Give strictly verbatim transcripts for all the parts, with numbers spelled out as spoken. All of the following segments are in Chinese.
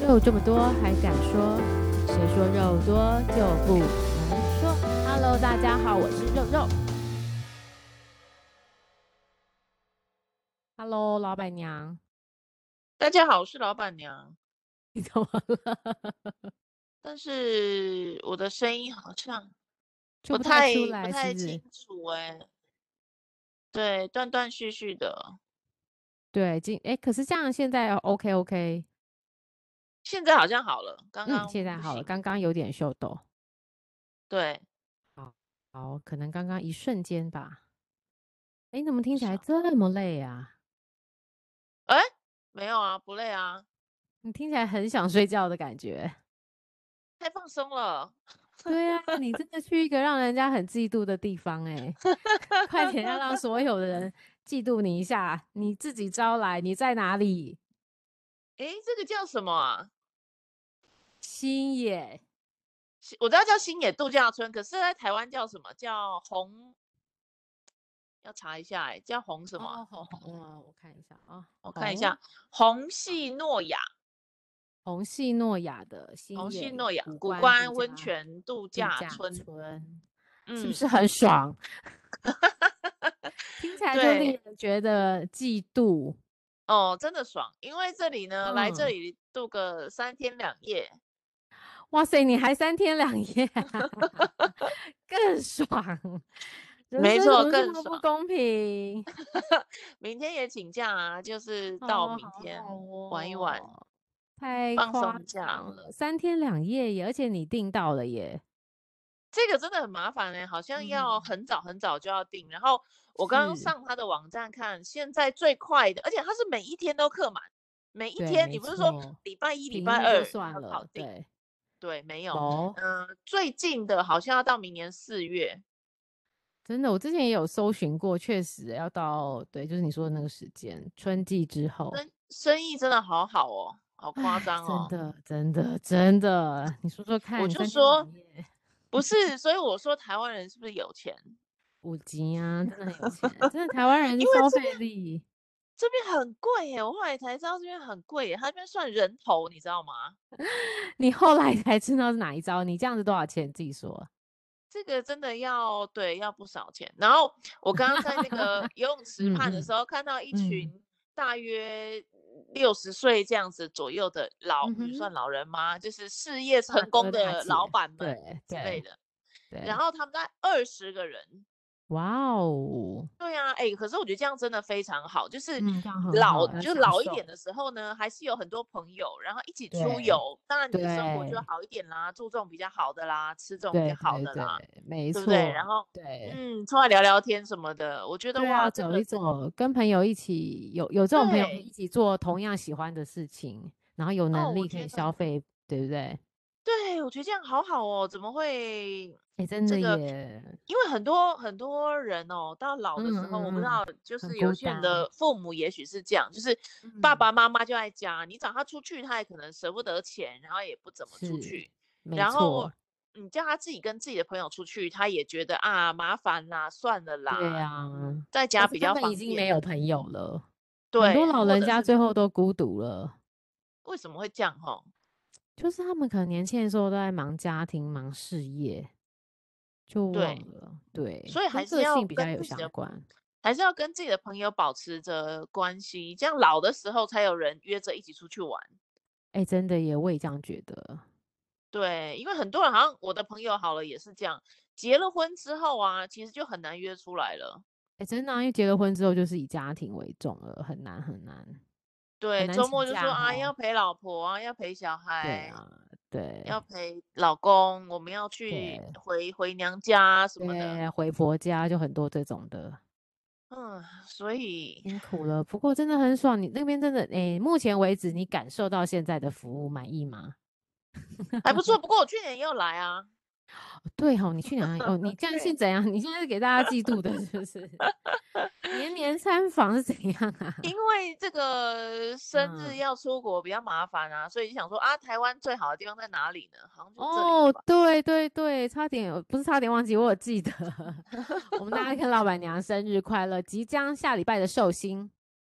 肉这么多还敢说？谁说肉多就不能说 ？Hello， 大家好，我是肉肉。Hello， 老板娘。 大家好，我是老板娘。 你怎么了？ 但是我的声音好像不就不太出太不来，是不是？ 太清楚哎、对，断断续续的。 对，今哎，可是这样现在 OK OK， 现在好像好了，刚嗯， 刚现在好了， 不行。 刚刚有点秀逗。 对， 好，好，可能刚刚一瞬间吧。哎，你怎么听起来是啊， 这么累啊？ 哎，没有啊，不累啊， 你听起来很想睡觉的感觉。 太放松了。 对啊，你真的去一个让人家很嫉妒的地方哎、快点要让所有的人嫉妒你一下，你自己招来，你在哪里？ 哎，这个叫什么啊？ 新野新我知道叫新野度假村，可是在台湾叫什么？叫红，要查一下哎，叫红什么啊？ 哦，好好，嗯，我看一下啊，红我看一下，红系诺亚。 红系诺亚的新红系野诺亚古关度古关温假泉度度假假村。 村，是不嗯， 是很爽？听起来就令对， 人觉得嫉妒。 哦，真的爽，因为这里呢，来这嗯， 里度个三天两夜。 哇塞，你还三天两夜啊，更爽！人没错， 生怎么这更爽。 么不公平？ 明天也请假啊，就是到哦， 明好好天玩一玩， 哦，太放夸松假。 张了，三天两夜耶，而且你订到了耶。 这个真的很麻烦呢、好像嗯哼， 要很早很早就要订。然后我刚刚是， 上他的网站看，现在最快的，而且它是每一天都客满，每一对， 天， 没你不是说错， 礼拜一、礼平日就拜二算了， 要好订。 对， 对，没有。 哦， 嗯、呃最近的好像要到明年四月。 真的，我之前也有搜寻过，确实要到，对，就是你说的那个时间，春季之后。 生生意真的好好哦，好夸唉， 张哦。 真的，真的，真的，你说说我看，三天两就说夜， 不是，所以我说台湾人是不是有钱？ 五级啊，真的很有钱，真的台湾人是因为消这边费力。 这边很贵耶，我后来才知道这边很贵耶，他这边算人头，你知道吗？ 你后来才知道是哪一招，你这样子多少钱？你自己说。 这个真的要对要不少钱。然后我刚刚在那个游泳池嗯嗯畔的时候，看到一嗯群大约六十岁这样子左右的老， 嗯哼， 也算老人吗？就是事业成功大哥大的老姐， 板们对对之类的。然对， 后他们在二十个人。 哇哦， 对啊，哎，可是我觉得这样真的非常好，就是嗯，这样很好，要老就享受， 老一点的时候呢，还是有很多朋友，然后一起出对游，当然你的生活就对好一点啦，住这种比较好的啦，吃这种比较对好的啦， 对对，没对不对？然错， 后对嗯，出来聊聊天什么的，我觉得对啊， 哇，这个走一走，跟朋友一起，有有这种朋友可以对一起做同样喜欢的事情，然后有哦， 能力可以我觉得消费，对不对？ 对，我觉得这样好好哦，怎么会哎，真的这个？ 耶， 因为很多很多人哦，到老的嗯时候，我不知嗯嗯， 道，就很是有些人孤单， 的父母也许是这样，就是爸嗯， 爸妈妈就在家，你找他出去，他也可能舍不得钱，然后也不怎么出是， 去， 没然后错。 你叫他自己跟自己的朋友出去，他也觉得啊麻烦啦，算了啦， 对啊， 在或是家比较他们已经方便。 没有朋友了，很多对， 老人家或者是最后都孤独了， 为什么会这样哈？ 就是他们可能年轻的时候都在忙家庭、忙事业，就忘对， 了，对， 所以跟个还是要性比较有跟自己的相关。 还是要跟自己的朋友保持着关系，这样老的时候才有人约着一起出去玩。 哎，真的耶，我也这样觉得。 对，因为很多人好像我的朋友好了也是这样，结了婚之后啊，其实就很难约出来了。 哎，真的啊因为结了婚之后就是以家庭为重了，很难很难很对， 难请周末就说啊， 假哈。 要陪老婆啊，要陪小孩， 对啊，对要陪老公，我们要去对回回娘家什么的。 对，回婆家就很多这种的。 嗯，所以辛苦了，不过真的很爽。你那边真的，诶，目前为止你感受到现在的服务满意吗？ 还不错。不过我去年也有来啊。 哦对哦，你去年好像哦，你这样是对。 怎样？你现在是给大家嫉妒的，是不是？年年参访是怎样啊？ 因为这个生日嗯， 要出国比较麻烦啊，所以就想说啊，台湾最好的地方在哪里呢？好像就这里了哦， 吧。 对对对，差点有不是差点忘记，我有记得。我们大家跟老板娘生日快乐，即将下礼拜的寿星。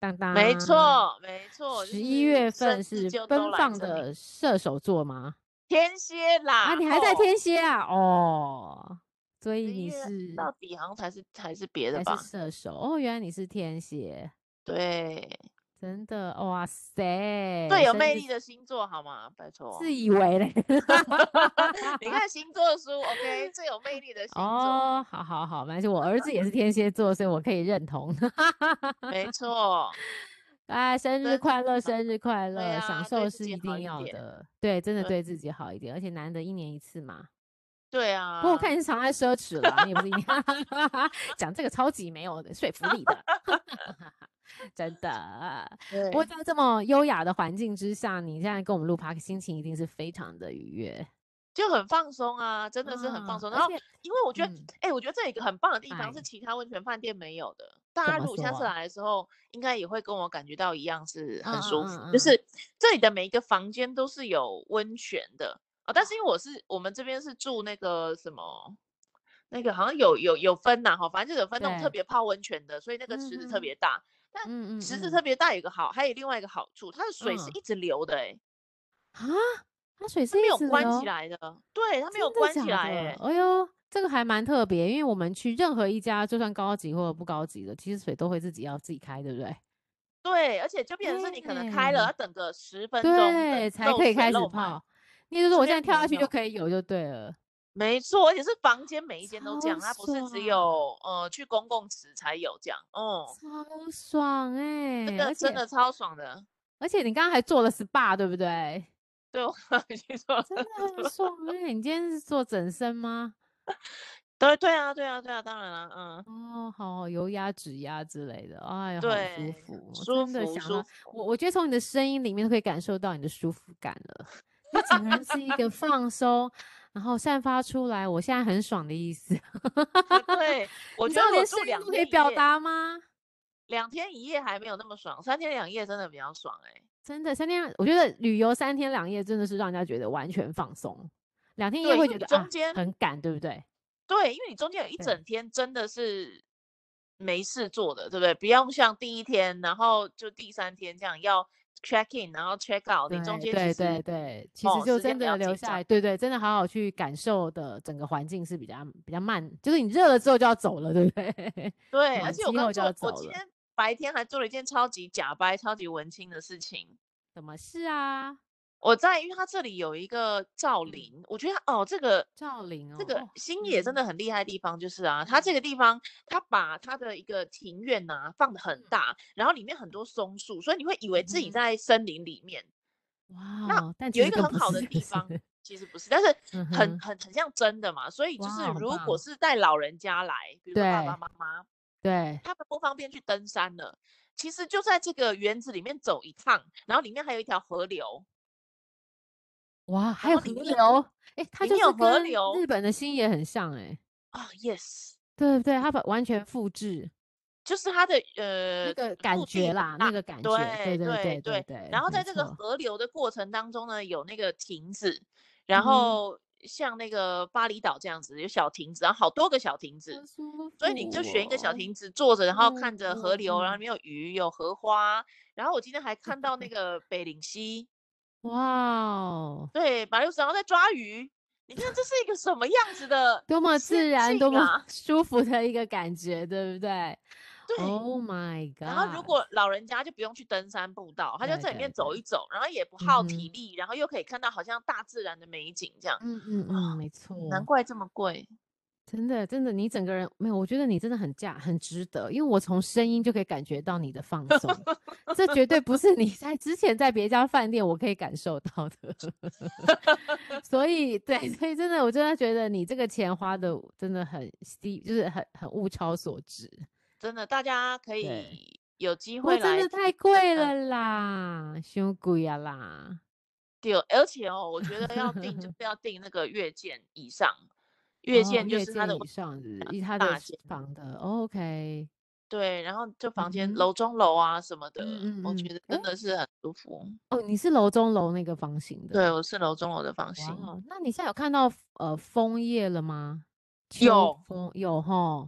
当当， 没错，没错，就十一是月份生日是奔就都来放的这里。 射手座吗？ 天蝎啊， 啦， 你还在天吼， 蝎啊？哦，所以你十一月是到底好像才是才是别的还是吧？ 射手？哦，原来你是天蝎， 对， 真的，哇塞， 最有生日魅力的星座好吗？拜托， 自以为嘞。 你看星座书，OK，最有魅力的星座， 哦，好好好，没关系，我儿子也是天蝎座，所以我可以认同。 没错， 哎，生日真快乐， 的， 生日快乐！享对啊，对受自己好是一定一点， 要的，对，真的对对自己好一点，而且难得一年一次嘛。 对不过我看啊， 你是常爱奢侈啦，你也不是一年讲这个超级没有说服力的，真的。不过对， 在这么优雅的环境之下，你现在跟我们录 p a 心情一定是非常的愉悦。 就很放松啊，真的是很放嗯， 松。然后， 而且， 因为我觉得， 嗯， 哎、我觉得这有一个很棒的地方哎， 是其他温泉饭店没有的。大怎家如果下次么说？ 来的时候，应该也会跟我感觉到一样，是嗯很舒服。 嗯嗯嗯， 就是这里的每一个房间都是有温泉的啊、但是因为我是我们这边是住那个什么，那个好像有有有分呐、哈，反正就有分那种特对， 别泡温泉的，所以那个池子特嗯哼， 别大。但嗯嗯嗯池子特别大有一个好，还有另外一个好处，它的水是嗯， 一直流的、欸， 啊，它水是一它没有关起直流， 来的，对，它没真的有关起来、 假的？ 欸， 哎呦，这个还蛮特别，因为我们去任何一家，就算高级或者不高级的，其实水都会自己要自己开，对不对？ 对，而且就变成是你可能开了，要哎， 等个十分钟，等对，才可以漏水开始漏满。 泡。你也就是说，我现这边在跳下去就没有， 可以有就对了， 没错，而且是房间每一间都这超样，它不是只爽， 有呃去公共池才有这样，哦、 超爽哎、 这个而且真的超爽的。 而且你刚刚还做了 S P A，对不对？ 对，我刚才去说， 真的很爽哎、你今天是做整身吗？ 对对啊，对啊，对啊，当然了，嗯， 哦，好，油压、指压之类的，哎呀，好舒对， 服哦！我真的舒服想到， 舒服， 我我觉得从你的声音里面都可以感受到你的舒服感了，就整个人是一个放松，然后散发出来，我现在很爽的意思。 对，我你知道觉得如果连声音住两都可以表天一夜， 达吗？ 两天一夜还没有那么爽，三天两夜真的比较爽哎、 真的，三天，我觉得旅游三天两夜真的是让人家觉得完全放松，两天一夜对，因为你会觉得啊中间很赶，对不对？ 对，因为你中间有一对整天真的是没事做的，对不对？不要像第一天，然后就第三天这样要 check in，然后 check out，你中对对对间其实对，其实哦就真时间比较紧张。 的留下来，对对，真的好好去感受的整个环境是比较比较慢，就是你热了之后就要走了，对不对？ 对，而暖且我刚气后就要做，我走了， 今天白天还做了一件超级假掰、超级文青的事情。 什么事啊？ 我在，因为它这里有一个造嗯， 林，我觉得它哦，这个赵琳哦， 这个哦， 新野真嗯的很厉害的地方就是啊，它嗯这个地方它把它的一个庭院呐、放的很嗯大，然后里面很多松树，所以你会以为自己嗯哼， 在森林里面。 哇那哦，但其有一实更不是， 个很好的是不是？ 地方，其实不是，但是嗯哼， 很很很像真的嘛，所以就是哇哦，好如果棒， 是带老人家来，比如说爸爸对妈妈， 对， 他们不方便去登山了，其实就在这个园子里面走一趟，然后里面还有一条河流， 哇，还有河然后里面流，哎，它就里面有是跟河流日本的星野很像，哎， 啊，yes， 对不对？它把完全复制。 就是它的那呃个感腹地很觉啦，那大， 个感觉，对对对对对， 对对对， 然后在这个没错。 河流的过程当中呢，有那个亭子，然嗯哼， 后像那个巴厘岛这样子有小亭子，然后好多个小亭子， 好舒所以你就服选一个小哦。 亭子坐着，然后嗯看着河流，然后里嗯嗯， 面有鱼有荷花，然后我今天还看到那个北岭溪， 哇哦， 对，马六甲然后在抓鱼，你看这是一个什么样子的多么仙自然，多么境啊？ 舒服的一个感觉，对不对对。 ？Oh my 然后如 god！ 果老人家就不用去登山步道，他就对在里面对对， 走一走，然后也不耗体嗯哼， 力，然后又可以看到好像大自然的美景这样。 嗯嗯啊， 嗯，没错。 难怪这么贵。 真的，真的，你整个人没有，我觉得你真的很价，很值得，因为我从声音就可以感觉到你的放松，这绝对不是你在之前在别家饭店我可以感受到的。所以，对，所以真的，我真的觉得你这个钱花的真的很低，就是很很物超所值。 真的，大家可对， 以有机不过会来体真的太验看。 贵了啦，太贵啊啦。 对，而且哦，我觉得要订就是要订那个月件以上，月哦， 件就月是它的件以上是不是以他的大间， 房的、哦，OK， 对，然后就房间嗯哼， 楼中楼啊什么嗯的，我觉嗯嗯，哎， 得真的是很舒服。 哦，你是楼中楼那个房型对， 的。 我是楼中楼的房型， 哇哦，那你现在有看到呃枫叶了吗？秋有枫有吼，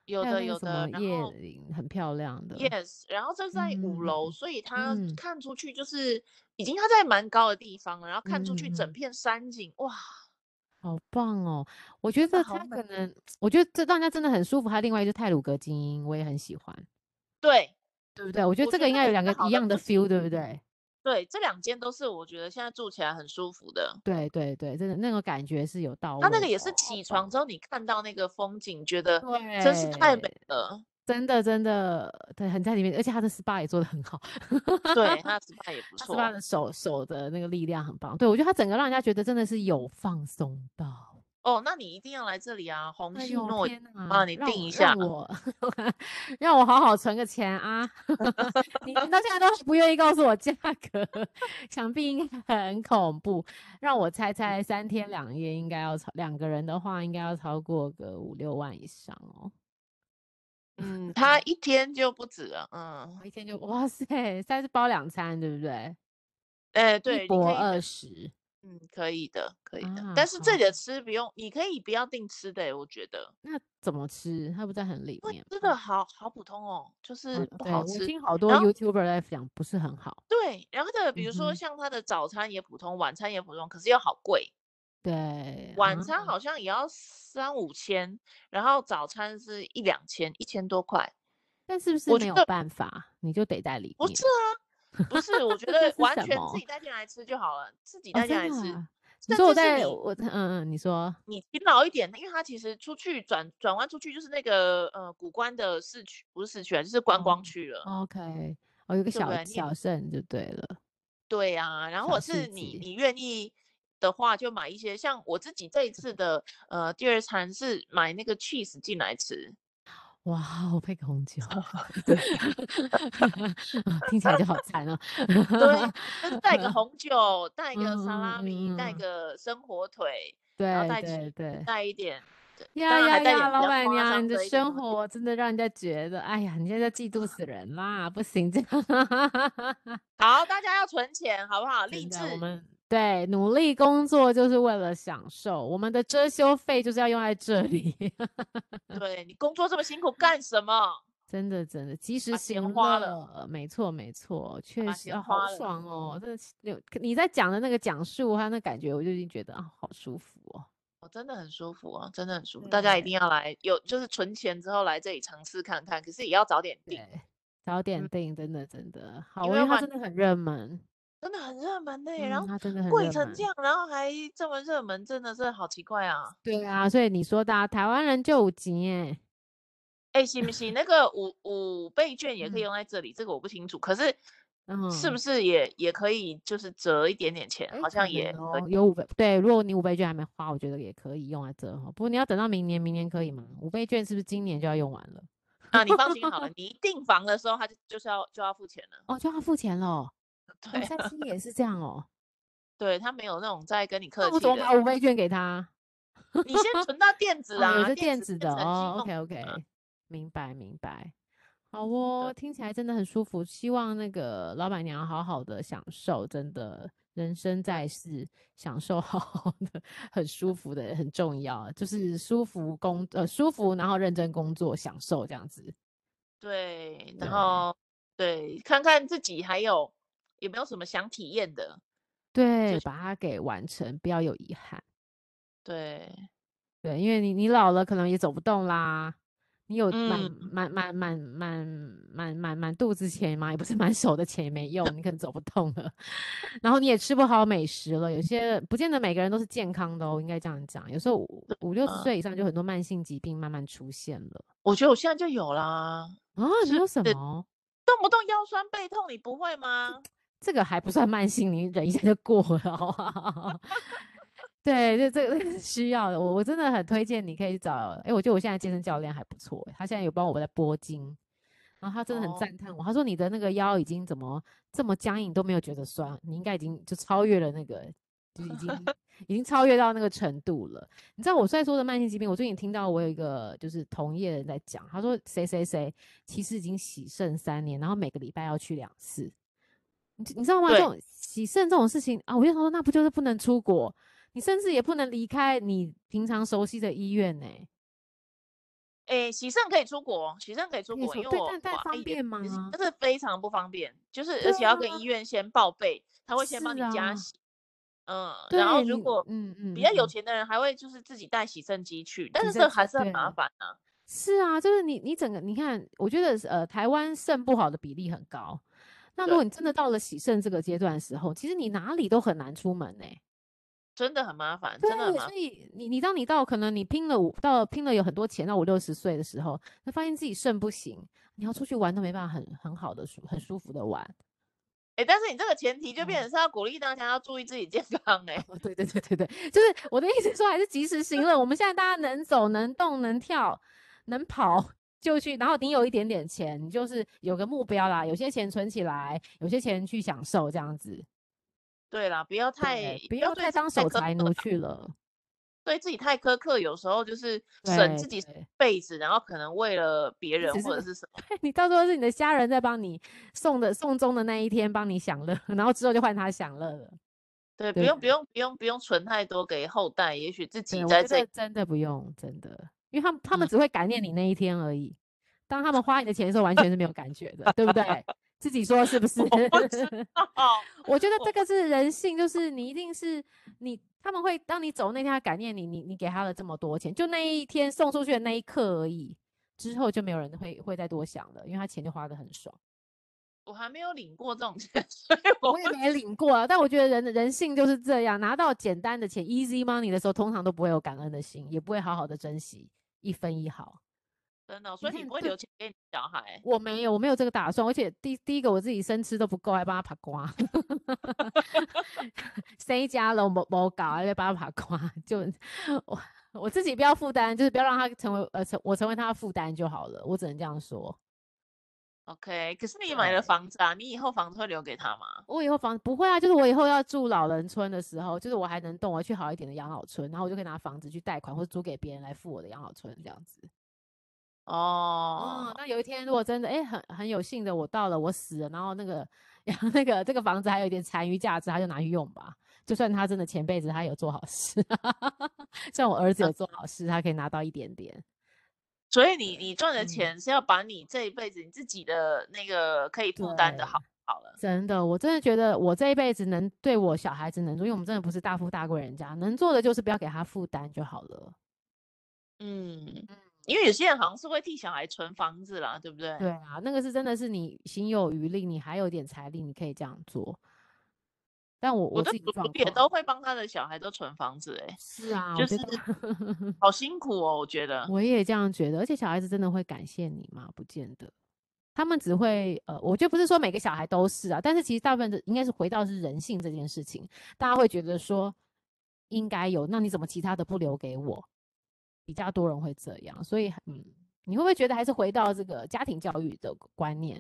还有有的有的， 那个什么然后叶林，很漂亮的。 yes，然后这在五嗯楼，所以它嗯看出去就是已经它在蛮高的地方了，然后看出嗯嗯， 去整片山景，哇， 好棒哦！我觉得它真的好美。 可能，我觉得这让人家真的很舒服。还有另外一个泰鲁阁精英，我也很喜欢， 对， 对不对？我觉得我觉得这个应该有也是好的， 两个一样的就 feel， 是对不对？ 对，这两间都是我觉得现在住起来很舒服的。 对对对，真的那种感觉是有到位的， 它那个也是哦，好棒。 起床之后你看到那个风景，觉得真是太美对， 了。 真的真的，对，很在里面，而且他的 S P A 也做的很好。 对，它的 S P A 也不他 S P A 错。 的手手的那个力量很棒，对，我觉得他整个让人家觉得真的是有放松到。 哦，那你一定要来这里啊，红哎呦系诺天哪， 帮你让我定一下。 让我让我好好存个钱啊！你你到现在都还不愿意告诉我价格，想必应该很恐怖。让我猜猜，三天两夜应该要超两个人的话，应该要超过个五六万以上哦。 嗯，他一天就不止了。嗯， 我一天就哇塞，现在是包两餐，对不对？ 哎，对，你一博可以等。 二十嗯，可以的，可以的。 啊， 但是这好， 里的吃不用，你可以不要订吃的欸，我觉得， 那怎么吃？它不在很里因为面吗？ 吃的好好普通哦，就哦， 是不对， 好吃。 我听好多然后 YouTuber 在讲，不是很好。 对，然后它的比如说嗯哼， 像它的早餐也普通，晚餐也普通，可是又好贵。 对啊， 晚餐好像也要三五千，然后早餐是一两千，一千多块。 但是不是没有我觉得办法，你就得在里面？ 不是啊，不是，我觉这是得完什么？ 全自己带进来吃就好了，自己哦， 带进真来吃。 的啊？你甚说我在至是你我嗯嗯，你说你勤劳一点，因为它其实出去转转弯出去就是那个呃古关的市区，不是市区啊，就是观哦光区了， ，OK，哦，有个小对不对？你也小镇就对了， 对呀、然后小或者是你市集。 你愿意的话，就买一些像我自己这一次的呃第二餐是买那个 cheese 进来吃。 哇，我配个红酒， 对听起来就好馋哦。 对，就是带个红酒，带个沙嗯嗯拉米，带嗯嗯， 个生火腿，然后对带 cheese， 对对。 带一点，对当然还呀呀呀， 带点比较老板娘，你的夸张的一点东西。 生活真的让人家觉得，哎呀，你现在嫉妒死人啦！不行，这样好，大家要存钱，好不好？励真的，我志。 们对努力工作就是为了享受，我们的遮羞费就是要用在这里。 对你工作这么辛苦干什么？ 真的真的，及时把钱行花了， 乐，没错没错，确把实啊，好钱花了。 爽哦！真的是，有你在讲的那个讲述，他那感觉，我就已经觉得啊，好舒服哦。 哦，真的很舒服哦，真的很舒服，大家一定对要来，有就是存钱之后来这里尝试看看，可是也要早点订。 对，早点嗯， 订，真的真的好，因为因为要不然它真的很热门。 真的很热门呢，然嗯， 后它真的很热门。 贵成这样，然后还这么热门，真的是好奇怪啊。 对啊，所以你说的啊台湾人就有钱耶。 哎，行不行？那个五五倍券也可以嗯用在这里，这个我不清楚，可是是不嗯， 是也也可以就是折一点点钱？ 哎， 好可像也可以。 能哦，有五倍，对，如果你五倍券还没花，我觉得也可以用在这哈。不过你要等到明年，明年可以吗？五倍券是不是今年就要用完了？ 啊，你放心好了，你一订房的时候，他就就是要就要付钱了。 哦，就要付钱了哦。哦， 对， 三七也是这样哦。 对他没有那种在跟你那我怎么客气的， 把五倍券给他？ 你先存到电子哦，有啊， 个电子电子的哦变成信用 ，OK 卡啊。 OK，明白明白。好对哦，听起来真的很舒服。希望那个老板娘好好的享受，真的人生对在世，享受好好的，很舒服的很重要，就是舒服工呃舒服，然后认真工作，享受这样子。 对，然对后对，看看自己还有有没有什么想体验的。 对，把它给完成，不要有遗憾。 对， 对，因为你你老了可能也走不动啦，你有满嗯， 满满满满满满满肚子钱嘛，也不是满手的钱也没用，你可能走不动了，然后你也吃不好美食了，有些不见得每个人都是健康的哦，应该这样讲，有时候五五六十呃， 岁以上就很多慢性疾病慢慢出现了我觉得我现在就有啦， 啊，你有什么？ 动不动腰酸背痛，你不会吗？ 这个还不算慢性，你忍一下就过了，好不好？对，就这个是需要的。我我真的很推荐你可以找，哎，我觉得我现在健身教练还不错欸，他现在有帮我在拨筋，然后他真的很哦， 赞叹我，他说你的那个腰已经怎么这么僵硬都没有觉得酸，你应该已经就超越了那个，就是已经已经超越到那个程度了。你知道我虽然说的慢性疾病，我最近听到我有一个就是同业人在讲，他说谁谁谁其实已经洗肾三年，然后每个礼拜要去两次。你你知道吗？这对， 种洗肾这种事情啊，我就想说，那不就是不能出国，你甚至也不能离开你平常熟悉的医院呢、 诶，喜盛可以出国，喜盛可以出国， 可以出对， 因为我但但方我阿姨的便吗？ 真的非常不方便，就是对而且要跟医啊， 院先报备，他会先帮是你加啊， 洗，嗯，然后对你， 如果嗯比较嗯嗯， 有钱的人还会就是自己带洗肾机去，但是洗肾机， 这还是很麻对。 烦啊。 是啊，就是你你整个你看，我觉得呃，台湾肾不好的比例很高。那如果对， 你真的到了洗肾这个阶段的时候，其实你哪里都很难出门呢、 真的很麻烦，真的很对， 麻烦。 所以你你当你到可能你拼了五到拼了有很多钱到五六十岁的时候，才发现自己肾不行，你要出去玩都没办法很很好的舒很舒服的玩。 哎，但是你这个前提就变嗯， 成是要鼓励大家要注意自己健康哎。 哦，对对对对对，就是我的意思说，还是及时行乐。我们现在大家能走能动能跳能跑就去，然后你有一点点钱，你就是有个目标啦，有些钱存起来，有些钱去享受这样子。 对啦，不要太对，不不要要太当对自己太守财奴苛刻啦， 去了。 对自己太苛刻，有时候就是省自己一对对， 辈子，然后可能为了别人你只是或者是什么。 对你到时候是你的家人在帮你送的送终的那一天帮你享乐，然后之后就换他享乐了， 对，不对不对？ 用不用不用不用存太多给后代，也许自己对，我觉在这里。 得真的不用，真的，因为他们他们嗯， 只会感念你那一天而已。当他们花你的钱的时候，完全是没有感觉的，对不对？自己说是不是？ 我不知道， 我觉得我不这个是人性，就是你一定是你，他们会当你走那天，他感念你，你你给他了这么多钱，就那一天送出去的那一刻而已，之后就没有人会会再多想了，因为他钱就花得很爽。 我还没有领过这种钱，所以我不我也没领过啊，但我觉得人的人性就是这样，拿到简单的钱 easy money 的时候，通常都不会有感恩的心，也不会好好的珍惜一分一毫。 真的哦，所以你不会你看对留钱给你小孩。 我没有，我没有这个打算，而且第第一个我自己生吃都不够，还帮他爬瓜，生一家了，没没搞，还帮他爬瓜，就我我自己不要负担，就是不要让他成为呃成我成为他的负担就好了，我只能这样说。 OK，可是你买了对， 房子啊，你以后房子会留给他吗？ 我以后房不会啊，就是我以后要住老人村的时候，就是我还能动，我去好一点的养老村，然后我就可以拿房子去贷款或者租给别人来付我的养老村这样子。哦， 哦那有一天如果真的哎、诶很很有幸的我到了我死了，然后那个那个这个房子还有一点残余价值，他就拿去用吧。就算他真的前辈子他有做好事，像我儿子啊， 有做好事，他可以拿到一点点。 所以你对， 你赚的嗯， 钱是要把你这一辈子你自己的那个可以负担的对， 好好了。 真的，我真的觉得我这一辈子能对我小孩子能做，因为我们真的不是大富大贵人家，能做的就是不要给他负担就好了。 嗯， 嗯， 因为有些人好像是会替小孩存房子啦，对不对？ 对啊，那个是真的是你心有余力，你还有点财力，你可以这样做。但我我的我自己的叔叔也状况都会帮他的小孩都存房子、欸， 是啊， 就是我觉得好辛苦哦，我觉得。 我也这样觉得，而且小孩子真的会感谢你吗？不见得，他们只会呃，我就不是说每个小孩都是啊，但是其实大部分的应该是回到是人性这件事情，大家会觉得说应该有，那你怎么其他的不留给我？比较多人会这样，所以嗯，你会不会觉得还是回到这个家庭教育的观念？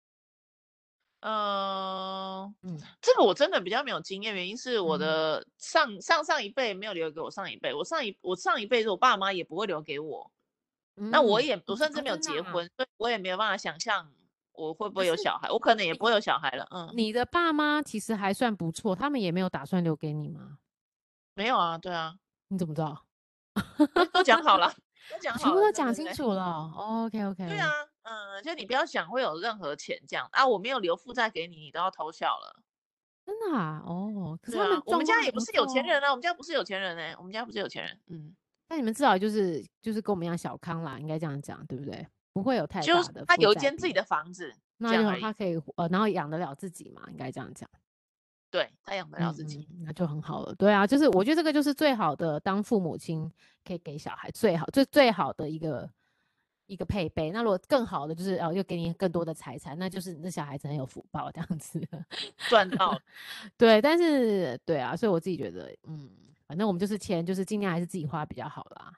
嗯， 嗯这个我真的比较没有经验，原因是我嗯的上上上一辈没有留给我上一辈，我上一我上一辈是我爸妈也不会留给我，那我嗯， 也我甚至啊， 没有真的啊， 结婚，所以我也没有办法想象我会不可是会有小孩，我可能也不会你有小孩了。嗯， 你的爸妈其实还算不错，他们也没有打算留给你吗？ 没有啊，对啊， 你怎么知道？ 都都讲好了，都讲好了， 全部都讲对对对。 清楚了哦，OK 对啊， OK， 嗯，就你不要想会有任何钱这样啊，我没有留负债给你，你都要偷笑了。 真的啊，哦，可是他们对啊，我们状况还家也不是有不错哦。 钱人啊，我们家不是有钱人哎、我们家不是有钱人，嗯， 那你们至少就是就是跟我们一样小康啦，应该这样讲，对不对？不会有太就是大的他负债比， 有一间自己的房子，这那样而已。 就他可以呃，然后养得了自己嘛，应该这样讲。 对，他养得了自己。 嗯嗯，那就很好了。对啊，就是我觉得这个就是最好的，当父母亲可以给小孩最好最最好的一个一个配备。那如果更好的就是哦，又给你更多的财产，那就是那小孩子很有福报这样子。 赚到了。 对，但是对啊，所以我自己觉得，嗯，反正我们就是钱，就是尽量还是自己花比较好啦。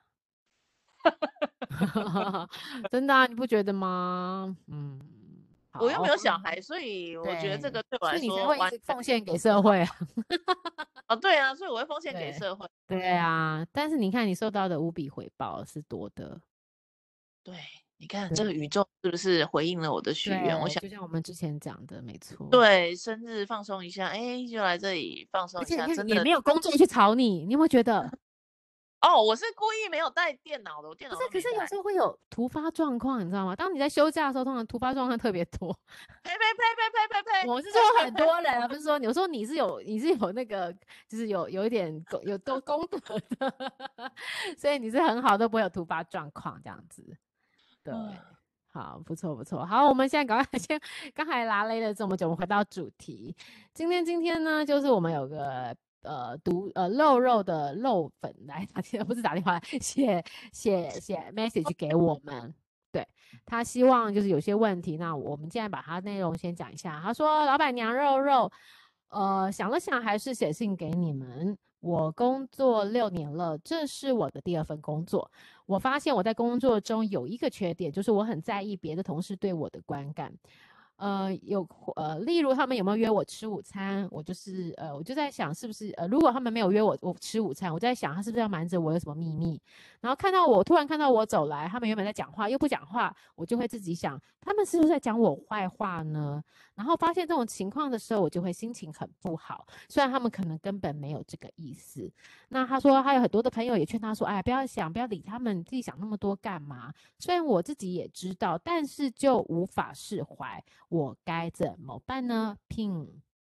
真的啊，你不觉得吗？嗯， 我又没好， 有小孩，所以我觉得这对， 个对我来所以你才说完全会一直奉献给社会啊。 哦，对啊，所以我会奉献给对， 社会。 对啊，但是你看你受到的无比回报是多的。 对，你看这个对宇宙是不是回应了我的许愿？我对， 想， 就像我们之前讲的，没错。 对，生日放松一下，哎，就来这里放松一下， 而且你看真的。 也没有工作去吵你，你有没有觉得？ 哦，我是故意没有带电脑的，我电不是， 脑都没带。 可是有时候会有突发状况，你知道吗？当你在休假的时候，通常突发状况特别多。 呸呸呸呸呸呸呸！ 我是说很多人啊，不是说有时候你是有你是有那个，就是有有一点功有多功德的，所以你是很好，都不会有突发状况这样子。对，好，不错不错。好，我们现在赶快先，刚才拉勒了这么久，我们回到主题。今天今天呢，就是我们有个呃读呃肉肉的肉粉来打电，不是打电话来写写写 message 给我们。对，他希望就是有些问题，那我们现在把他内容先讲一下。他说：“老板娘肉肉，呃，想了想，还是写信给你们。我工作六年了，这是我的第二份工作。我发现我在工作中有一个缺点，就是我很在意别的同事对我的观感。呃，有呃，例如他们有没有约我吃午餐，我就是呃，我就在想是不是呃，如果他们没有约我我吃午餐，我在想他是不是要瞒着我有什么秘密。然后看到我突然看到我走来，他们原本在讲话又不讲话，我就会自己想，他们是不是在讲我坏话呢？然后发现这种情况的时候，我就会心情很不好。虽然他们可能根本没有这个意思。那他说，他有很多的朋友也劝他说，哎，不要想，不要理他们，自己想那么多干嘛？虽然我自己也知道，但是就无法释怀，我该怎么办呢？拼，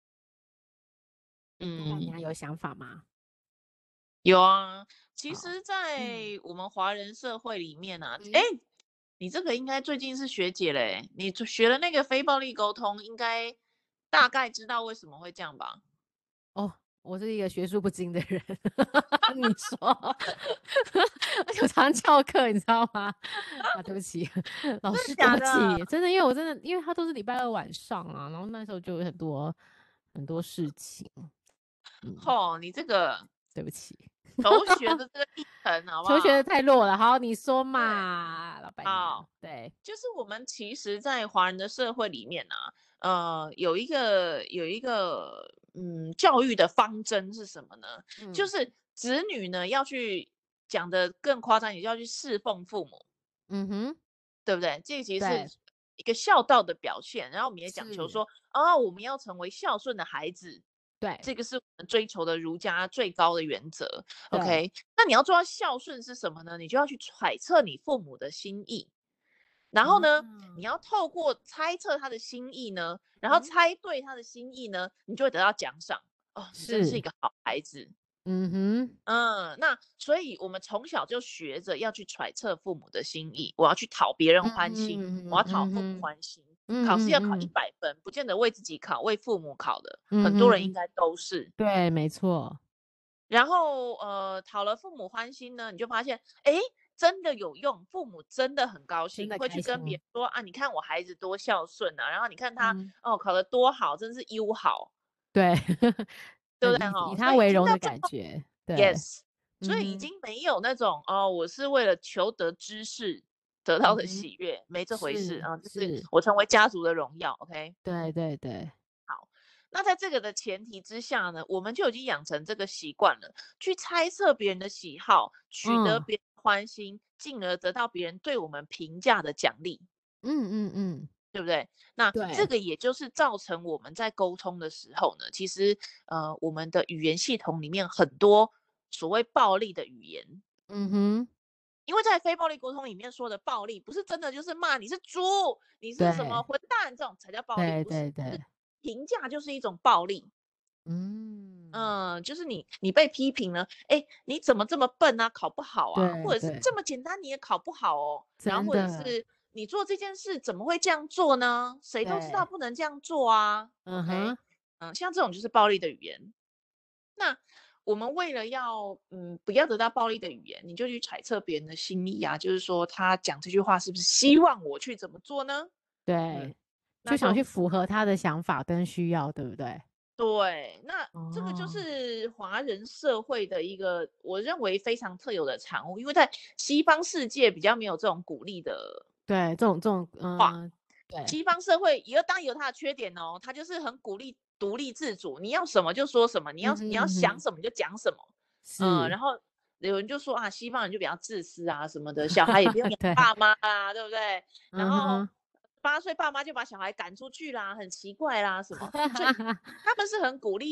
老板娘嗯， 有想法吗？ 有啊。其好， 实，在嗯我们华人社会里面啊，哎、 嗯， 你这个应该最近是学姐嘞，你就学了那个非暴力沟通，应该大概知道为什么会这样吧？ 哦，我是一个学术不精的人，你说，有常翘课，你知道吗？啊，对不起，老师，对不假的？ 起，真的，因为我真的，因为他都是礼拜二晚上啊，然后那时候就有很多很多事情，嗯， 吼，你这个对不起， 求学的这个历程，好不求学的好？ 太弱了。好，你说对， 嘛，老板娘， 好。 对， 就是我们其实，在华人的社会里面啊，呃，有一个有一个嗯教育的方针是什么呢？就嗯是子女呢要去讲的更夸张，也就要去侍奉父母， 嗯哼， 对不对？这其实对， 是一个孝道的表现。然后我们也讲求是， 说，哦，我们要成为孝顺的孩子， 对这个是我们追求的儒家最高的原则。 对， OK，那你要做到孝顺是什么呢？你就要去揣测你父母的心意。然后啊， 呢，你要透过猜测他的心意呢，然后嗯， 猜对他的心意呢，你就会得到奖赏。哦，你真是一是， 个好孩子。 嗯哼， 嗯，那所以我们从小就学着要去揣测父母的心意，我要去讨别人嗯欢心，我哼， 要讨父母嗯哼， 欢心。 嗯考试要考一嗯嗯百分，不见得为自己考，为父母考的，很多嗯哼， 人应该都是。 对，没错， 然后呃，讨了父母欢心呢，你就发现，哎，真的有用，父母真的很高兴， 真的会去跟别开心， 人说啊，你看我孩子多孝顺啊，然后你看他嗯， 哦考得多好，真是优好， 对， 对不对以以哈？所他为以已经到这荣的感觉，对， ，yes，所以已嗯哼， 经没有那种哦，我是为了求得知识得到的嗯哼， 喜悦，没这回事是啊，就是是， 我成为家族的荣耀，OK。 对对对， 那在这个的前提之下呢，我们就已经养成这个习惯了，去猜测别人的喜好，取得嗯别人欢心，进而得到别人对我们评价的奖励， 嗯嗯嗯， 对不对？那这对， 个也就是造成我们在沟通的时候呢，其实呃，我们的语言系统里面很多所谓暴力的语言， 嗯哼， 因为在非暴力沟通里面说的暴力，不是真的就是骂你是猪，你是什么对混蛋这种才叫暴力， 对不是， 对对， 评价就是一种暴力。 嗯， 嗯，就是你你被批评了，哎，你怎么这么笨啊，考不好啊，或者是对对， 这么简单你也考不好哦，然后或者真的， 是你做这件事怎么会这样做呢？谁都知道对， 不能这样做啊，OK， 嗯哼， 嗯，像这种就是暴力的语言。那我们为了要嗯不要得到暴力的语言，你就去揣测别人的心意啊，就是说他讲这句话是不是希望我去怎么做呢？嗯， 对，就那就想去符合他的想法跟需要，对不对？ 对，那这个就哦， 是华人社会的一个，我认为非常特有的产物，因为在西方世界比较没有这种鼓励的对，这种这种， 话。 嗯，对西方社会也有当然有它的缺点哦，它就是很鼓励独立自主，你要什么就说什么，你要嗯哼你要嗯哼， 想什么就讲什么，嗯， 是， 然后有人就说啊，西方人就比较自私啊什么的，小孩也不用养对， 爸妈啊，对不对？然后嗯哼， 八岁爸妈就把小孩赶出去啦，很奇怪啦什么，所以他们是很鼓励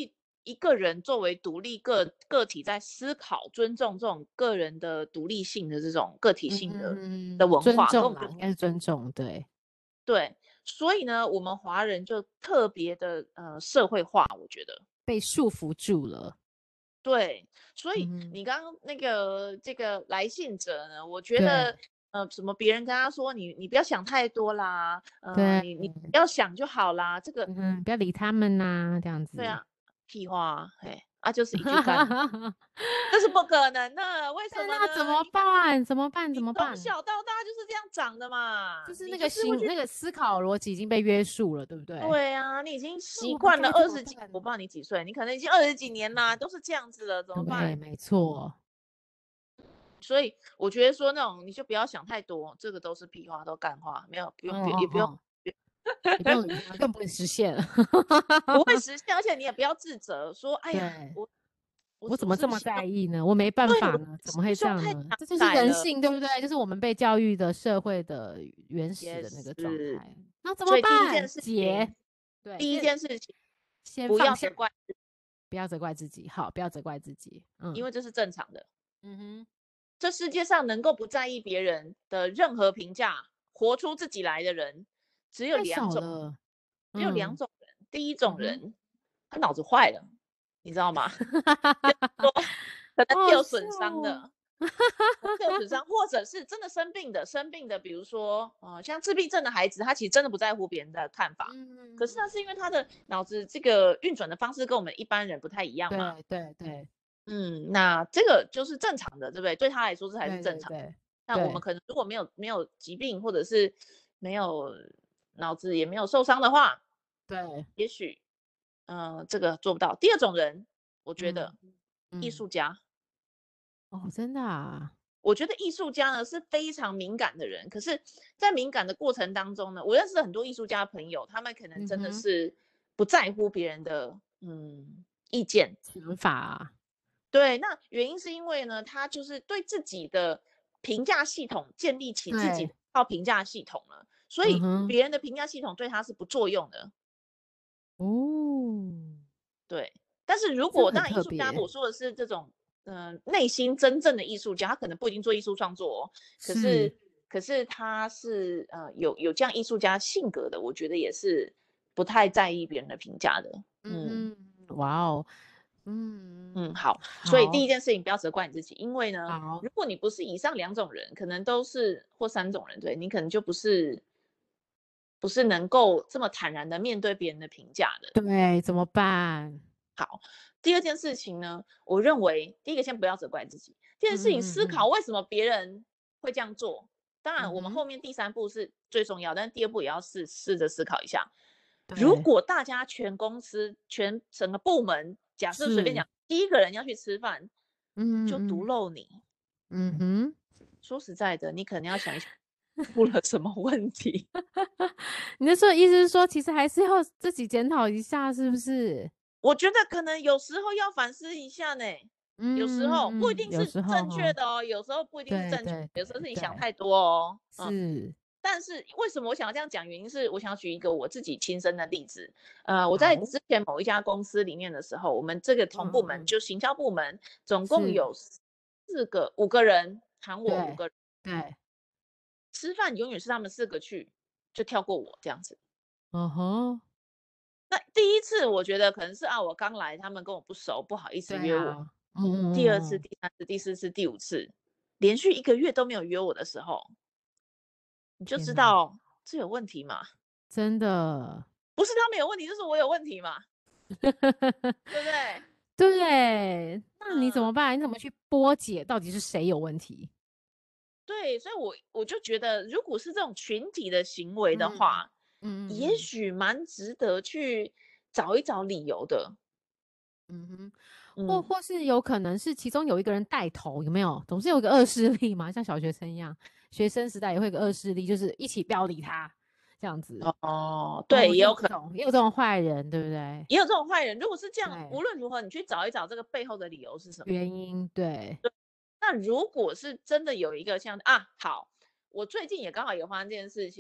一个人作为独立个个体在思考、尊重这种个人的独立性的这种个体性的、 嗯， 的文化， 尊重啦， 根本就应该是尊重，对， 对。所以呢，我们华人就特别的呃社会化，我觉得。 被束缚住了。 对，所以嗯， 你刚刚那个这个来信者呢，我觉对得呃，什么别人跟他说你你不要想太多啦，呃， 对， 你你不要想就好啦，这个嗯，不要理他们呐、这样子。 对啊，屁话啊，嘿啊，就是一句干，这是不可能的，为什么呢？ 那怎么办？怎么办？怎你从么办？ 小到大就是这样长的嘛， 就是你那个心， 就是会去。 那个思考逻辑已经被约束了，对不对？ 对啊，你已经那我们习惯了该怎么二十几，我办？ 不知道你几岁，你可能已经二十几年啦，都是这样子了，怎么对， 办？ 没错。 所以我觉得说那种你就不要想太多，这个都是屁话，都干话，没有不哦用不也不用哦哦，也不用理他，更不会实现。 不会实现，而且你也不要自责，说哎呀， 对， 我我我怎么这么我是不是希望在意呢？我没办对我法呢，怎么会这希望样呢？ 太强这就是改了， 人性，对不对？就是我们被教育的社会的原始也的那个状是。 态。那怎么所以第一件办？ 事解， 情， 对， 第一先件事情不先放下， 要责怪， 不要责怪自己。好，不要责怪自己。嗯因为这是正常的。 嗯哼， 这世界上能够不在意别人的任何评价，活出自己来的人，只有太两种， 少了。 只有两嗯种人。第一嗯哼， 种人，他脑子坏了，你知道吗？就是说可能好好笑是有损伤哦。 的，可能是有损伤，或者是真的生病的，生病的，比如说，呃，像自闭症的孩子，他其实真的不在乎别人的看法，可是嗯， 那是因为他的脑子这个运转的方式跟我们一般人不太一样嘛。 对对对嗯，那这个就是正常的，对不对？对他来说这才是对正常。 对对那我们对可能如果没有没有疾病，或者是没有脑子也没有受伤的话， 对， 也许，呃，这个做不到。第二种人，我觉嗯得艺嗯， 术家， 哦，真的啊。 我觉得艺术家呢是非常敏感的人，可是，在敏感的过程当中呢，我认识很多艺术家朋友，他们可能真的嗯哼， 是不在乎别人的嗯意见。 想法啊。 对，那原因是因为呢，他就是对自己的评价系统建立起自己对， 的一套评价系统了，所以嗯哼， 别人的评价系统对他是不作用的。 哦， 对，但是如这很果当然艺术家， 特别。 我说的是这种，嗯、呃，内心真正的艺术家，他可能不一定做艺术创作哦，可是， 是可是他是呃有有这样艺术家性格的，我觉得也是不太在意别人的评价的。嗯嗯哼，哇哦， 嗯， 嗯， 好，所以第好， 一件事情不要责怪你自己，因为呢， 好， 如果你不是以上两种人，可能都是或三种人，对你可能就不是不是能够这么坦然的面对别人的评价的。 对，怎么办？ 好，第二件事情呢，我认为第一个先不要责怪自己，第二件事情嗯嗯嗯思考为什么别人会这样做。当然，我们嗯哼， 后面第三步是最重要，但是第二步也要试试着思考一下，如对， 果大家全公司全整个部门，假设随便是， 讲，第一个人要去吃饭，就独嗯嗯漏你。 嗯哼， 说实在的，你可能要想一想出了什么问题。 你的说意思是说，其实还是要自己检讨一下，是不是？ 我觉得可能有时候要反思一下呢，有时候不一嗯嗯， 定是有时候正确哈， 的哦，有时候不一定是正确， 对对有时候是你想对对， 太多哦。嗯， 是， 但是为什么我想要这样讲？原因是我想要举一个我自己亲身的例子。呃，我在好， 之前某一家公司里面的时候，我们这个同部门嗯嗯嗯， 就行销部门，总共是， 有四个五个人，喊我五对个人， 对， 吃饭永远是他们四个去，就跳过我这样子。 嗯哼， 那第一次我觉得可能是啊，我刚来，他们跟我不熟，不好意思约我。 对啊，嗯嗯第二次、 嗯嗯， 第三次、第四次、第五次，连续一个月都没有约我的时候，你就知天哪， 道这有问题嘛？ 真的。 不是他们有问题，就是我有问题嘛？对不对？ 对，那你怎嗯， 么办？你怎么去波解到底是谁有问题？ 对，所以我我就觉得，如果是这种群体的行为的嗯嗯话， 嗯嗯也许蛮值得去找一找理由的。 嗯哼，或嗯， 或是有可能是其中有一个人带头，有没有？总是有一个恶势力嘛，像小学生一样，学生时代也会有个恶势力，就是一起不要理他这样子。 哦，对， 哦， 也有可能。 也有这种，也有这种坏人，对不对？ 也有这种坏人。如果是这样， 对， 无论如何，你去找一找这个背后的理由是什么。 原因，对， 那如果是真的有一个像啊，好，我最近也刚好有发生这件事情，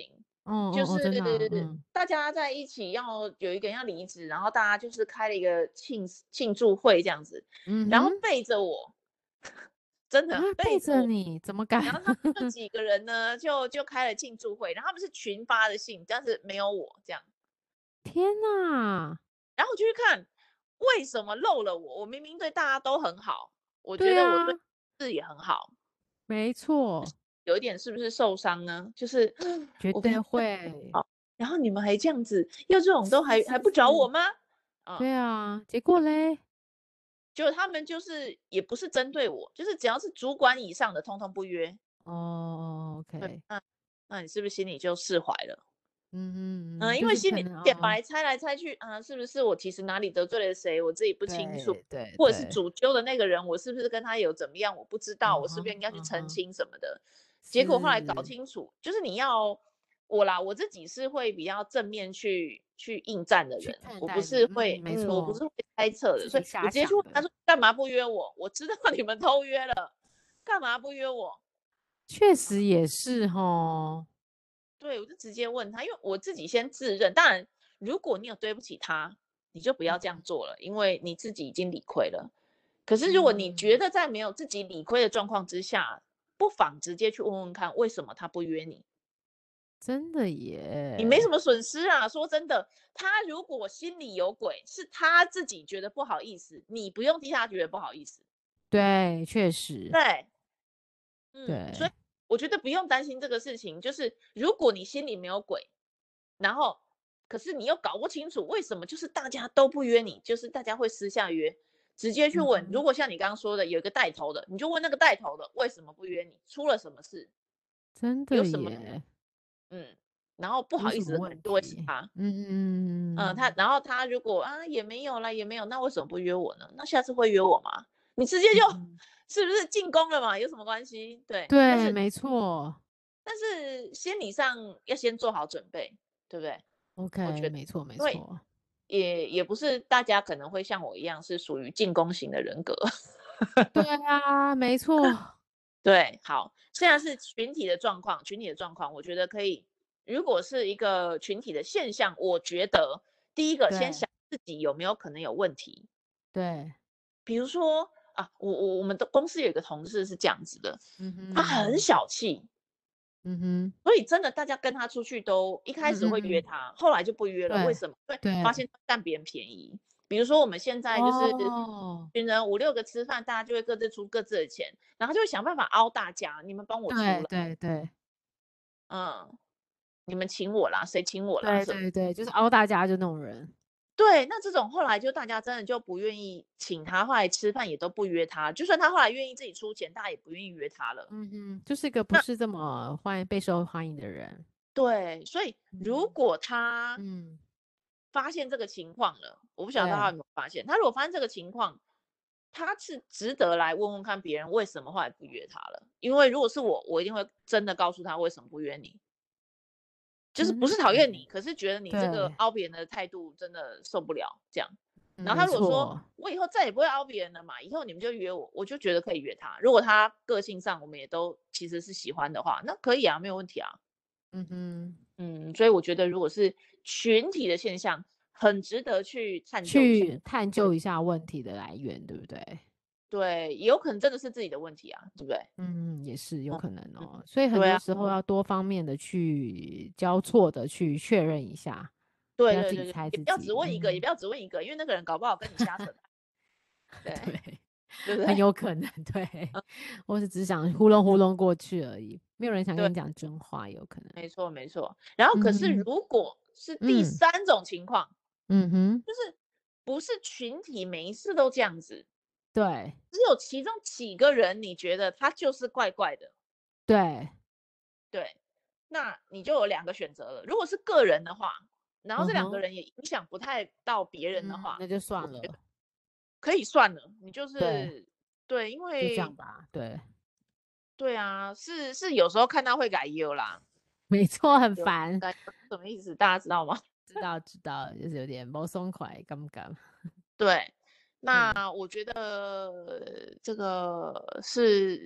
就哦哦哦，真的啊， 是嗯大家在一起要有一个人要离职，然后大家就是开了一个庆庆祝会这样子，然后嗯哼， 背着我，真啊， 的背背着我， 着你怎么敢？ 然后他们就几个人呢，就就开了庆祝会，然后他们是群发的信，但是没有我这样， 天哪！ 然后我就去看为什么漏了我，我明明对大家都很好，我觉得我对对啊， 事也很好， 没错， 有一点是不是受伤呢？就是绝对我跟他们会， 好，然后你们还这样子，要这种都是还还不找我是是， 吗？啊、 对啊，结果嘞？ 就他们就是也不是针对我，就是只要是主管以上的，通通不约。 哦对， ，OK， 那那你是不是心里就释怀了？ 嗯哼嗯， 嗯，就是可因为心里能哦， 也白猜来猜去啊，是不是我其实哪里得罪了谁，我自己不清楚， 对对或者是对， 主揪的那个人，我是不是跟他有怎么样，我不知道，我是不是应嗯哼该去澄嗯哼， 清什么的？结果后来搞是清楚，就是你要我啦，我自己是会比较正面去去应战的去人，我不看待的，嗯， 是会，嗯，我不没错， 是会猜测的，所以我自己瞎直接去问他想的， 说干嘛不约我？我知道你们偷约了，干嘛不约我？ 确实也是吼， 对，我就直接问他，因为我自己先自认，当然，如果你有对不起他，你就不要这样做了，因为你自己已经理亏了。可是如果你觉嗯， 得在没有自己理亏的状况之下，不妨直接去问问看，为什么他不约你？ 真的你没什耶， 么损失啊。说真的，他如果心里有鬼，是他自己觉得不好意思，你不用替他觉得不好意思。 对，确实， 对，嗯，所以对， 我觉得不用担心这个事情。就是如果你心里没有鬼，然后可是你又搞不清楚为什么，就是大家都不约你，就是大家会私下约，直接去问。如嗯哼， 果像你刚刚说的，有一个带头的，你就问那个带头的为什么不约你，出了什么事， 真的有什么耶， 嗯，然后不有好意什么问思的可能就会是题？ 他。嗯，他嗯然后他如果啊也没有啦，也没有，那为什么不约我呢？那下次会约我吗？你直接就嗯哼， 是不是进攻了嘛？有什么关系？对，但对， 是没错但是心理上要先做好准备，对不对？我 ，OK， 觉得， 没错没因为错， 也也不是大家可能会像我一样是属于进攻型的人格。 对啊，没错， 对，好，现在是群体的状况，群体的状况，我觉得可以。如果是一个群体的现象，我觉得第一个先对想自己有没有可能有问题。 对， 比如说啊，我我我们的公司有一个同事是这样子的， 嗯哼他很嗯哼小气， 嗯哼， 所以真的大家跟他出去都一开嗯始会嗯嗯， 约他，后来就不约了。为对什么？因为发对， 现他占别人便宜。比如说我们现在就是哦， 群人五六个吃饭，大家就会各自出各自的钱，然后就会想办法凹大家，你们帮我出对了， 对对嗯，你们请我啦，谁请我啦什么？ 对对对，就是凹大家就那种人， 对，那这种后来就大家真的就不愿意请他，后来吃饭也都不约他，就算他后来愿意自己出钱，大家也不愿意约他了。 嗯哼，就是一个不那是这么欢备受欢迎的人， 对，所以如嗯果他嗯， 发现这个情况了，我不晓得他对， 有没有发现。他如果发现这个情况，他是值得来问问看别人为什么后来不约他了。因为如果是我，我一定会真的告诉他为什么不约你，就是不是真的耶， 讨厌你，可是觉得你这个对， 凹别人的态度真的受不了这样。 嗯没然后他如果说错， 我以后再也不会凹别人了嘛，以后你们就约我，我就觉得可以约他。如果他个性上我们也都其实是喜欢的话，那可以啊，没有问题啊。 嗯哼， 嗯，所以我觉得如果是群体的现象，很值得去探究一下。 去探对究一下问题的来源，对不对？ 对，也有可能真的是自己的问题啊，对不对？ 嗯，也是有嗯可能嗯， 哦，所以很对啊， 多时候要多方面的去交错的去确认一下，不要自己对对对对，也不要只猜自己。 问一个，也不嗯， 要只问一个，因为那个人搞不好跟你瞎扯淡，对对， 对不很对？ 有可能，对， 嗯我是只想糊弄糊嗯， 弄过去而已，没有人想跟对， 你讲真话，有可能。 没错没错。然后可是嗯哼， 如果是第嗯三种情况， 嗯哼， 就是不是群体每一次都这样子， 对只有其中几个人你觉得他就是怪怪的， 对， 对，那你就有两个选择了。如果是个人的话，然后这两个嗯哼， 人也影响不太到别人的嗯， 话， 那就算了， 可以算了。你就对， 是对，因就这样为吧，对， 对啊，是是有时候看到会改优啦， 没错，很有烦。 改优是什么意思？大家知道吗？ 知道知道，就是有点毛松快，敢不敢？ 对， 嗯那我觉得这个是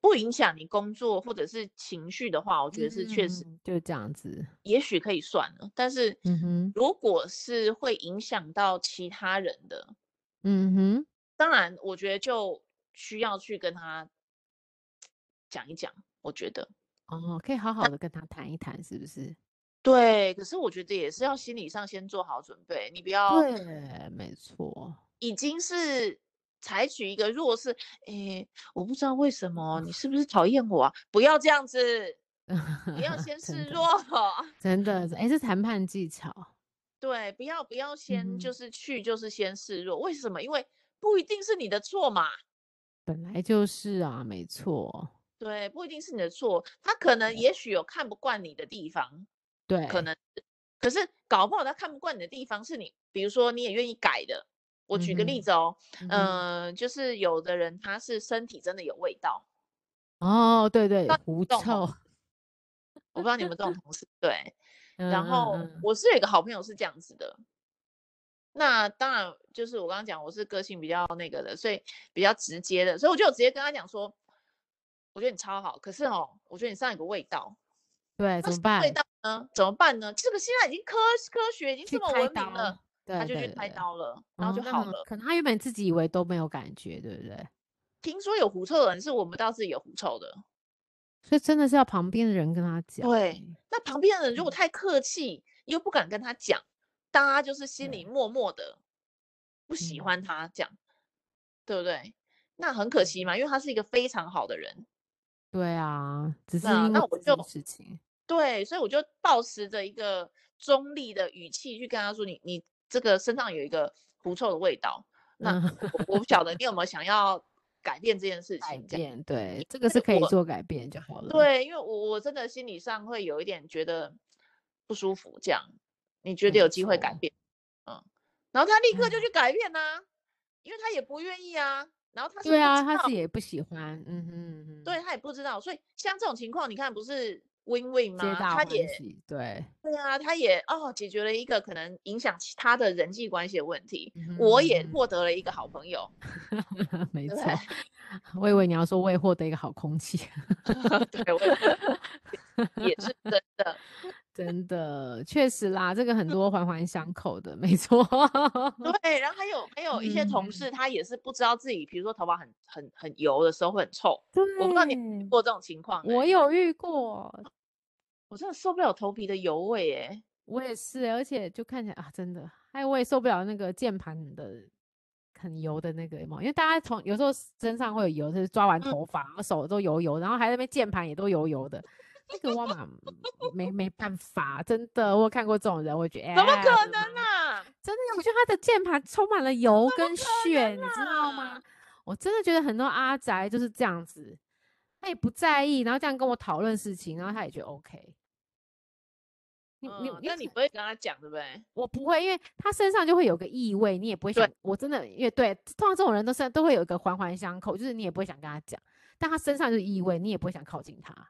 不影响你工作或者是情绪的话，我觉得是确实嗯，就这样子。 也许可以算了。但是嗯哼， 如果是会影响到其他人的， 嗯哼， 当然我觉得就需要去跟他讲一讲，我觉得。 哦，可以好好的跟他谈一谈，是不是？ 对，可是我觉得也是要心理上先做好准备，你不要对，没错。 已经是采取一个弱势，诶，我不知道为什么，你是不是讨厌我啊？不要这样子，不要先真的， 示弱。 真的，哎，是谈判技巧。 对，不要不要先就嗯哼， 是去就是先示弱，为什么？因为不一定是你的错嘛， 本来就是啊，没错。 对，不一定是你的错，他可能对也许有看不惯你的地方，可对， 能是，可是搞不好他看不惯你的地方是你，比如说你也愿意改的。我举个例嗯哼， 子哦， 嗯哼， 嗯、就是有的人他是身体真的有味道， 哦，对对， 那狐这种同， 臭。 我不知道你们这种同事，对，然嗯嗯后嗯， 我是有一个好朋友是这样子的，那当然就是我刚刚讲我是个性比较那个的，所以比较直接的，所以我就直接跟他讲说，我觉得你超好，可是哦，我觉得你身上有个味道， 对， 那什么味怎么办？ 道呢？怎么办呢？这个现在已经科科学已经去这么开刀。 文明了，他对就去开对对， 刀了，然后哦，那就好了。 很可能他原本自己以为都没有感觉，对不对？ 听说有狐臭的人是闻不到自己有狐臭的， 所以真的是要旁边的人跟他讲。 对。 欸那旁边的人如果嗯， 太客气，又不敢跟他讲，大家就是心里对， 默默的不喜嗯欢他，这样对不对？那很可惜嘛，因为他是一个非常好的人。 对啊，只是那因为那我就这件事情。 对，所以我就抱持着一个中立的语气去跟他说：“你你这个身上有一个狐臭的味道，那嗯， 我我不晓得你有没有想要改变这件事改情？”这样， 变，对，这个是因为我可以做改变就好了。 对，因为我我真的心理上会有一点觉得不舒服，这样你觉得有没机会改错。 变，嗯，然后他立刻就唉， 去改变呐、因为他也不愿意啊，然后他是对啊， 不知道， 他自己也不喜欢。嗯哼嗯哼， 对他也不知道，所以像这种情况，你看不是 win win 吗？ 皆大他也欢喜，对。 对啊，他也哦解决了一个可能影响其他的人际关系的问题， 嗯哼我也嗯获得了一个好朋友， 哼，没对不错。 对？ 我以为你要说我也获得一个好空气。 对，我也获得也是真的。 真的，确实啦，这个很多环环相扣的，没错。 对，然后还有还有一些嗯嗯， 同事，他也是不知道自己，比如说头发很很很油的时候会很臭，我不知道你有没有遇对， 过这种情况哎、 我有遇过。 我真的受不了头皮的油味哎、 我也是欸，而且就看起来啊，真的，还有我也受不了那个键盘的很油的那个有没有，因为大家从有时候身上会有油，就是抓完嗯， 头发，然后手都油油，然后还在那边键盘也都油油的，那个我嘛没没办法，真的，我有看过这种人，我觉得怎么哎，我的妈， 可能啊？ 真的，我觉得他的键盘充满了油跟可血，你知道能啊？ 吗？我真的觉得很多阿宅就是这样子，他也不在意，然后这样跟我讨论事情，然后他也觉得 OK。你你嗯， 你但你不会跟他讲对不对？ 我不会，因为他身上就会有个异味，你也不会对想。我真的，因为对，通常这种人都是都会有一个环环相扣，就是你也不会想跟他讲，但他身上就是异味，你也不会想靠近他。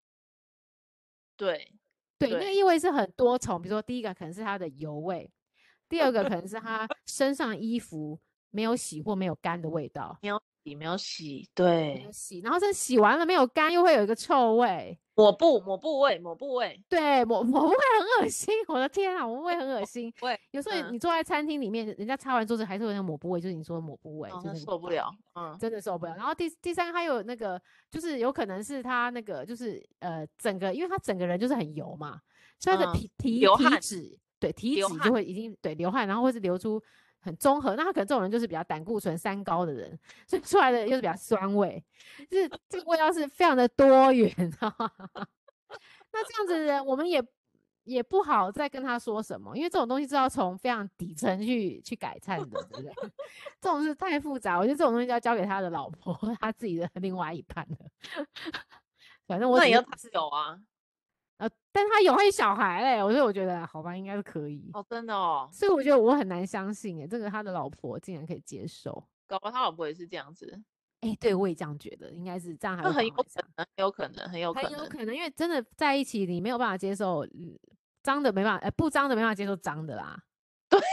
对对，那个对， 异味是很多重，比如说第一个可能是他的油味，第二个可能是他身上衣服没有洗或没有干的味道， 没有洗没有洗， 没有对， 洗，然后这洗完了没有干，又会有一个臭味。 抹布抹部位抹部位对，我我会很恶心，我的天啊，我会很恶心。 位， 有时候嗯， 你坐在餐厅里面，人家擦完桌子还是有那个抹布味，就是你说的抹布味， 哦， 就那是那个味道， 受不了，嗯真的受不了。然后第第三个还有那个，就是有可能是他那个，就是呃，整个，因为他整个人就是很油嘛，所以他的嗯， 体体流汗体脂，对，体脂就流汗， 会已经对流汗，然后或是流出很综合。那他可能这种人就是比较胆固醇三高的人，所以出来的又是比较酸味，就是这个味道是非常的多元，知道吗？那这样子的人，我们也也不好再跟他说什么，因为这种东西是要从非常底层去去改善的，对不对？这种是太复杂，我觉得这种东西就要交给他的老婆，他自己的另外一半了。反正我只是那也要他有啊， 呃，但他有他有小孩嘞，所以我觉得好吧，应该是可以。 哦，真的哦， 所以我觉得我很难相信，哎，这个他的老婆竟然可以接受。 搞不好他老婆也是这样子， 哎，对我也这样觉得，应该是这样还那很有会环环相， 可能，很有可能，很有可能， 很有可能，因为真的在一起，你没有办法接受嗯脏的，没办法，呃，不脏的没办法接受脏的啦。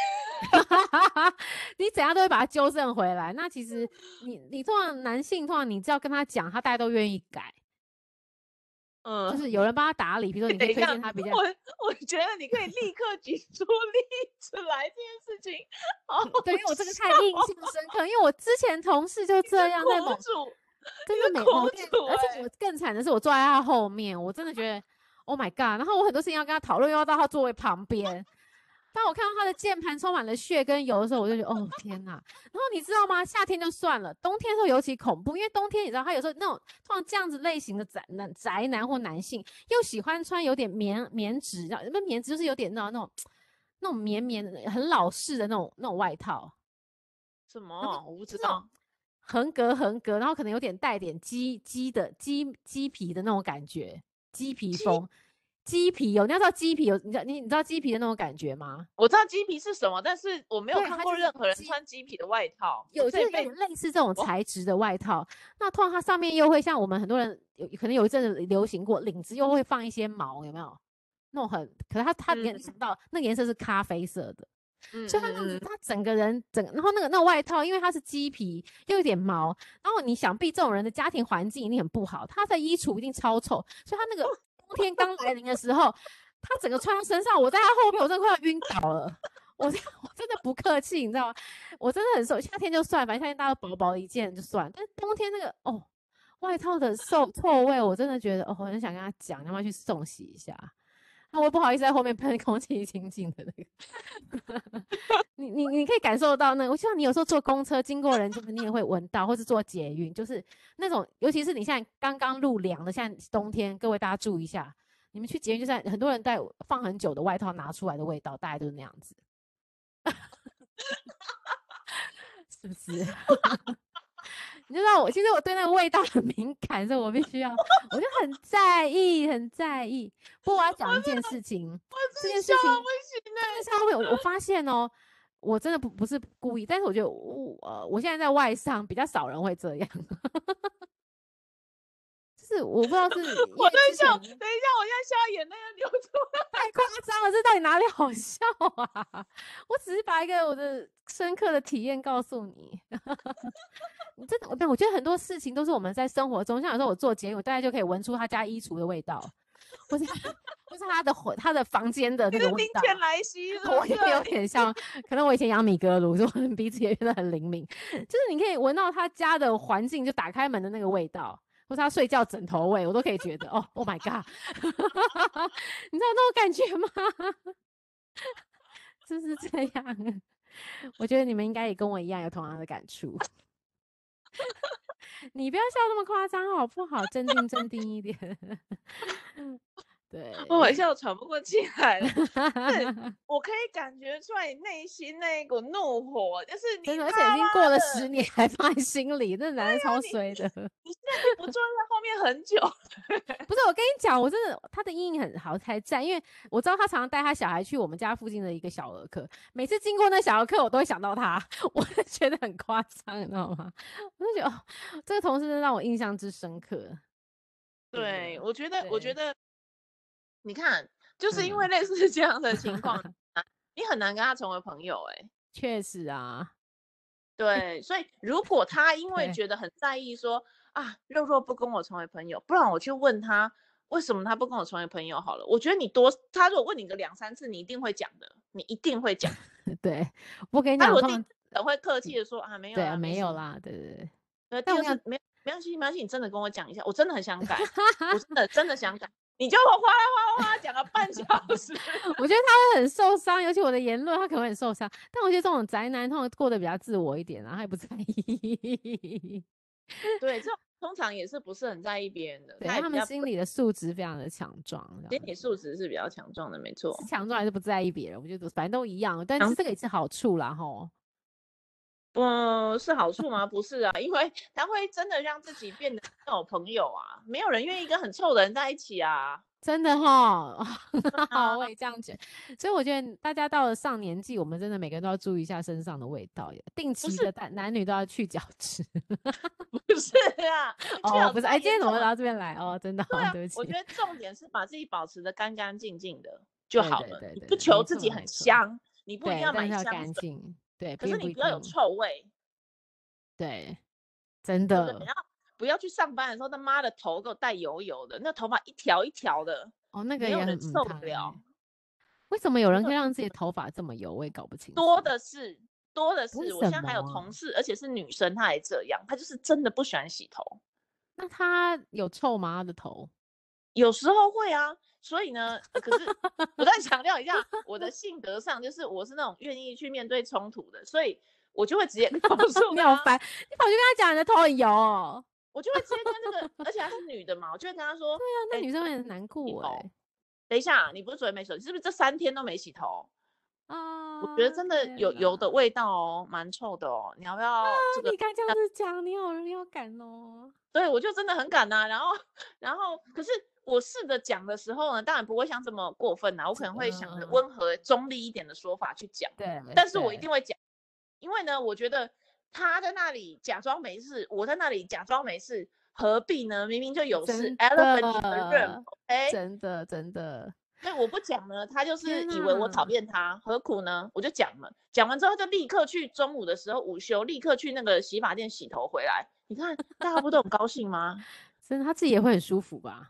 你怎样都会把它纠正回来。那其实你你通常男性通常你只要跟他讲，他大家都愿意改。 嗯， 就是有人帮他打理，比如说你可以推荐他比较。 我我觉得你可以立刻举出例子来这件事情。哦， 对，因为我这个太印象深刻，因为我之前同事就这样在某，真的每某店，而且我更惨的是我坐在他后面，我真的觉得 Oh my God， 然后我很多事情要跟他讨论，又要到他座位旁边。当我看到他的键盘充满了血跟油的时候，我就觉得哦天哪！然后你知道吗？夏天就算了，冬天的时候尤其恐怖，因为冬天你知道他有时候那种通常这样子类型的宅男宅男或男性又喜欢穿有点棉棉质，然后那棉质就是有点那种那种那种绵绵的很老式的那种那种外套。 什么？我不知道。 横格横格，然后可能有点带点鸡鸡的鸡鸡皮的那种感觉，鸡皮风。鸡皮有，你要知道鸡皮有，你知道你你知道鸡皮的那种感觉吗？ 我知道鸡皮是什么，但是我没有看过任何人穿鸡皮的外套。 有就是有点类似这种材质的外套，那通常它上面又会像我们很多人有可能有一阵子流行过，领子又会放一些毛，有没有？那种很，可是它它联想到、嗯、那个颜色是咖啡色的，嗯、所以它那样它整个人整，然后那个那个外套，因为它是鸡皮又有点毛，然后你想必这种人的家庭环境一定很不好，他的衣橱一定超臭，所以他那个。冬天刚来临的时候，他整个穿在身上，我在他后面，我真的快要晕倒了。我我真的不客气，你知道吗？我真的很瘦。夏天就算，反正夏天大家薄薄的一件就算，但是冬天那个哦，外套的臭臭味，我真的觉得哦，我很想跟他讲，要不要去送洗一下？那我不好意思在后面喷空气清净的那个。你你你可以感受到那个，我希望你有时候坐公车经过人，就是你也会闻到，或是坐捷运，就是那种，尤其是你现在刚刚入凉的，现在冬天，各位大家注意一下，你们去捷运就是很多人带放很久的外套拿出来的味道，大概都是那样子，是不是？你知道我其实我对那个味道很敏感，所以我必须要，我就很在意，很在意。不过我要讲一件事情，这件事情，这件事情我我发现哦，我真的不不是故意，但是我觉得我呃，我现在在外上比较少人会这样。就是我不知道是我在笑，等一下，我现在笑眼泪要流出来， 太夸张了，这到底哪里好笑啊？我只是把一个我的深刻的体验告诉你。你真的，我我觉得很多事情都是我们在生活中，像有时候我做节目，我大概就可以闻出他家衣橱的味道，或是或是他的他的房间的那个味道。 冰天来袭， 我也有点像，可能我以前养米格鲁，所以我鼻子也变得很灵敏。就是你可以闻到他家的环境，就打开门的那个味道。或是他睡觉枕头味，我都可以觉得哦 ，Oh my god， 你知道那种感觉吗？就是这样。我觉得你们应该也跟我一样有同样的感触。你不要笑那么夸张好不好？镇定镇定一点。对， 我笑喘不过气来了。我可以感觉出来你内心那一股怒火，就是你真的，而且已经过了十年还放在心里，那男的超衰的。 你现在不坐在后面很久。 不是，我跟你讲，我真的他的阴影很好才在，因为我知道他常常带他小孩去我们家附近的一个小儿科，每次经过那小儿科，我都会想到他，我就觉得很夸张，你知道吗？我就觉得、哦、这个同事真的让我印象之深刻。 对，我觉得，我觉得。你看，就是因为类似这样的情况，嗯、你很难跟他成为朋友、欸。哎， 确实啊， 对，所以如果他因为觉得很在意说啊，肉肉不跟我成为朋友，不然我去问他为什么他不跟我成为朋友好了。我觉得你多，他如果问你个两三次，你一定会讲的，你一定会讲。 对，我跟你讲， 他如果第一次会客气的说啊，没有啦， 对，没有啦，对对对。 对，第二次没没关系，没关系，你真的跟我讲一下，我真的很想改，我真的真的想改。你就哗啦哗啦讲了半小时。 我觉得他会很受伤，尤其我的言论他可能会很受伤，但我觉得这种宅男通常过得比较自我一点啊，他也不在意。 对，这种通常也是不是很在意别人的， 对，他们心理的素质非常的强壮， 心理素质是比较强壮的，没错。 强壮还是不在意别人，我觉得反正都一样，但是这个也是好处啦吼。 嗯，是好处吗？不是啊，因为他会真的让自己变得更有朋友啊，没有人愿意跟很臭的人在一起啊。 真的哈，好，我也这样觉得。所以我觉得大家到了上年纪，我们真的每个人都要注意一下身上的味道，定期的男男女都要去角质。 不是啊， 哦，不是，哎，今天怎么到这边来？哦，真的， 对啊， 对不起。 我觉得重点是把自己保持得干干净净的就好了， 对对对对， 不求自己很香。 你不一定对， 要但是要买香水， 干净，对， 可是并不一你不要有定， 臭味， 对，真对不对？ 的。 然后不要去上班的时候，他妈的头给我带油油的，那头发一条一条的， 哦，那个没有也很人受得母汤哎， 了。 为什么有没有人可以让自己的头发这么油？我也搞不清多楚， 的是，多的是。我为什现在还有么啊？ 同事，而且是女生，她还这样，她就是真的不喜欢洗头。 那他有臭吗？他的头？ 有时候会啊，所以呢，呃可是我再强调一下，我的性格上就是我是那种愿意去面对冲突的，所以我就会直接告诉他， 你好烦，你跑去跟他讲你的头很油哦。 我就会直接跟这个，而且她是女的嘛，我就会跟她说， 对啊，那哎、 女生会很难过哎。 洗头，等一下，你不是昨天没洗，你是不是这三天都没洗头？我觉得啊， 真的有天哪！ 油的味道哦，蛮臭的哦，你要不啊， 要这个？ 你敢这样子讲，你好，你好敢哦。 对，我就真的很敢呐、然后，然后，可是我试着讲的时候呢，当然不会像这么过分呐、我可能会想着嗯， 温和中立一点的说法去讲， 对但是我一对， 定会讲，因为呢，我觉得他在那里假装没事，我在那里假装没事，何必呢？明明就有事真 ，elephant in the 的， room，OK？、 真的，真的， 所以我不讲呢，他就是天以为我讨哪！ 厌他，何苦呢？我就讲了，讲完之后就立刻去中午的时候午休，立刻去那个洗发店洗头回来。你看大家不都很高兴吗？ 真的，他自己也会很舒服吧？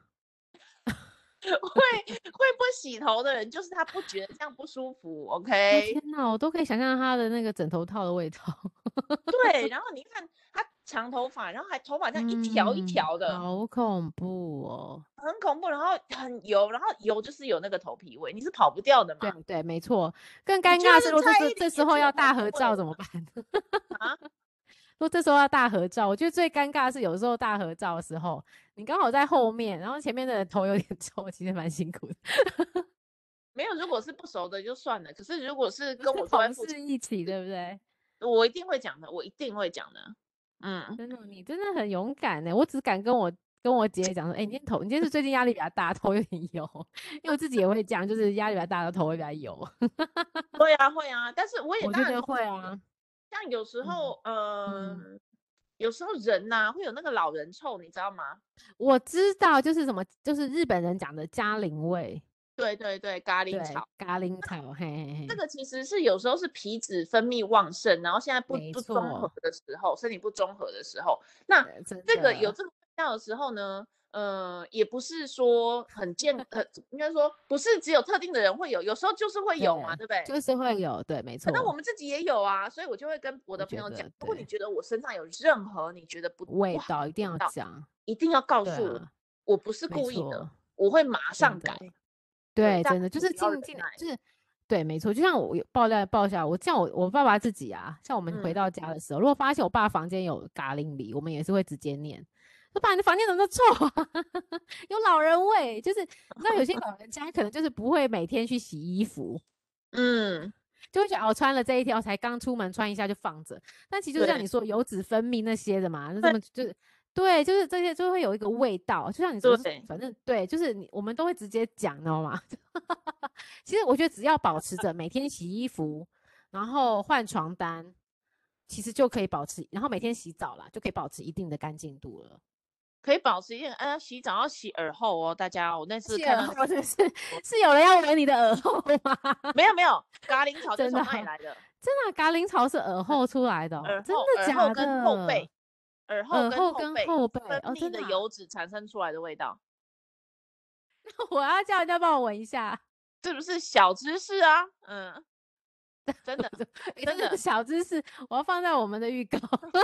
会会不洗头的人，就是他不觉得这样不舒服哦， ，OK？ 天哪，我都可以想象他的那个枕头套的味道。 对，然后你看他长头发，然后还头发这样一条一嗯， 条的， 好恐怖哦。 很恐怖，然后很油，然后油就是有那个头皮味，你是跑不掉的嘛。 对对，没错。更你就尴尬的是，如果这是差时这时候一点点就有要大合头皮味照怎么办？ 啊。 如果这时候要大合照，我觉得最尴尬的是有时候大合照的时候，你刚好在后面，然后前面的人头有点臭，其实蛮辛苦的。 没有，如果是不熟的就算了，可是如果是不是跟我坐在同附近， 事一起，对不对？ 我一定会讲的，我一定会讲的。嗯， 真的，你真的很勇敢呢。我只敢跟我跟我姐讲说，哎、你今天头，你今天是最近压力比较大，头有点油，因为我自己也会这样，就是压力比较大的头会比较油。 会啊会啊，但是我也我觉得当然同意， 会啊， 像有时嗯候，呃， 嗯。 有时候人呐、会有那个老人臭，你知道吗？ 我知道，就是什么，就是日本人讲的嘉陵味， 对对对，咖喱对， 草， 咖喱草，嘿嘿嘿， 这个其实是有时候是皮脂分泌旺盛，然后现在不没不综合错， 的时候，身体不综合的时候，那呃真这个有的， 这个味道的时候呢，呃，也不是说很健，呃，应该说不是只有特定的人会有，有时候就是会有嘛， 对， 对不对？ 就是会有，对，没可能我错， 们自己也有啊，所以我就会跟我我的朋友讲， 觉得对， 如果你觉得我身上有任何你觉得不不好味道一定的味道， 要讲， 一定要告诉我， 对啊， 我不是没故意的， 错， 我会马上改。 真的， 对， 对， 大真的就是家不要忍尽尽耐。 就是对，没错，就像我有爆料爆一下，我像我我爸爸自己啊，像我们回嗯， 到家的时候，如果发现我爸房间有咖喱梨，我们也是会直接念。说爸，你的房间怎么那么臭啊？有老人味，就是你知道有些老人家可能就是不会每天去洗衣服， 嗯， 就会觉得哦，穿了这一条才刚出门穿一下就放着，但其实就像对你说油脂分泌那些的嘛，那这对么就是对，就是这些就会有一个味道，就像你说， 对， 反正对，就是你我们都会直接讲，你知道吗？其实我觉得只要保持着每天洗衣服，然后换床单，其实就可以保持，然后每天洗澡啦，就可以保持一定的干净度了。 可以保持一点。哎、洗澡要洗耳后哦，大家。我那次洗看到那耳后是是是有人要闻你的耳后吗？ 没有没有，咖喱草就从真的啊那里来的， 真的啊，咖喱草是耳后出来的哦，真耳后、耳后的假跟后背、 的？ 耳后耳后跟跟后背后背哦， 分泌真的啊， 的油脂产生出来的味道， 我要叫人家帮我闻一下， 是不是小知识啊？嗯，真的真真的的小知识，我要放在我们的预告。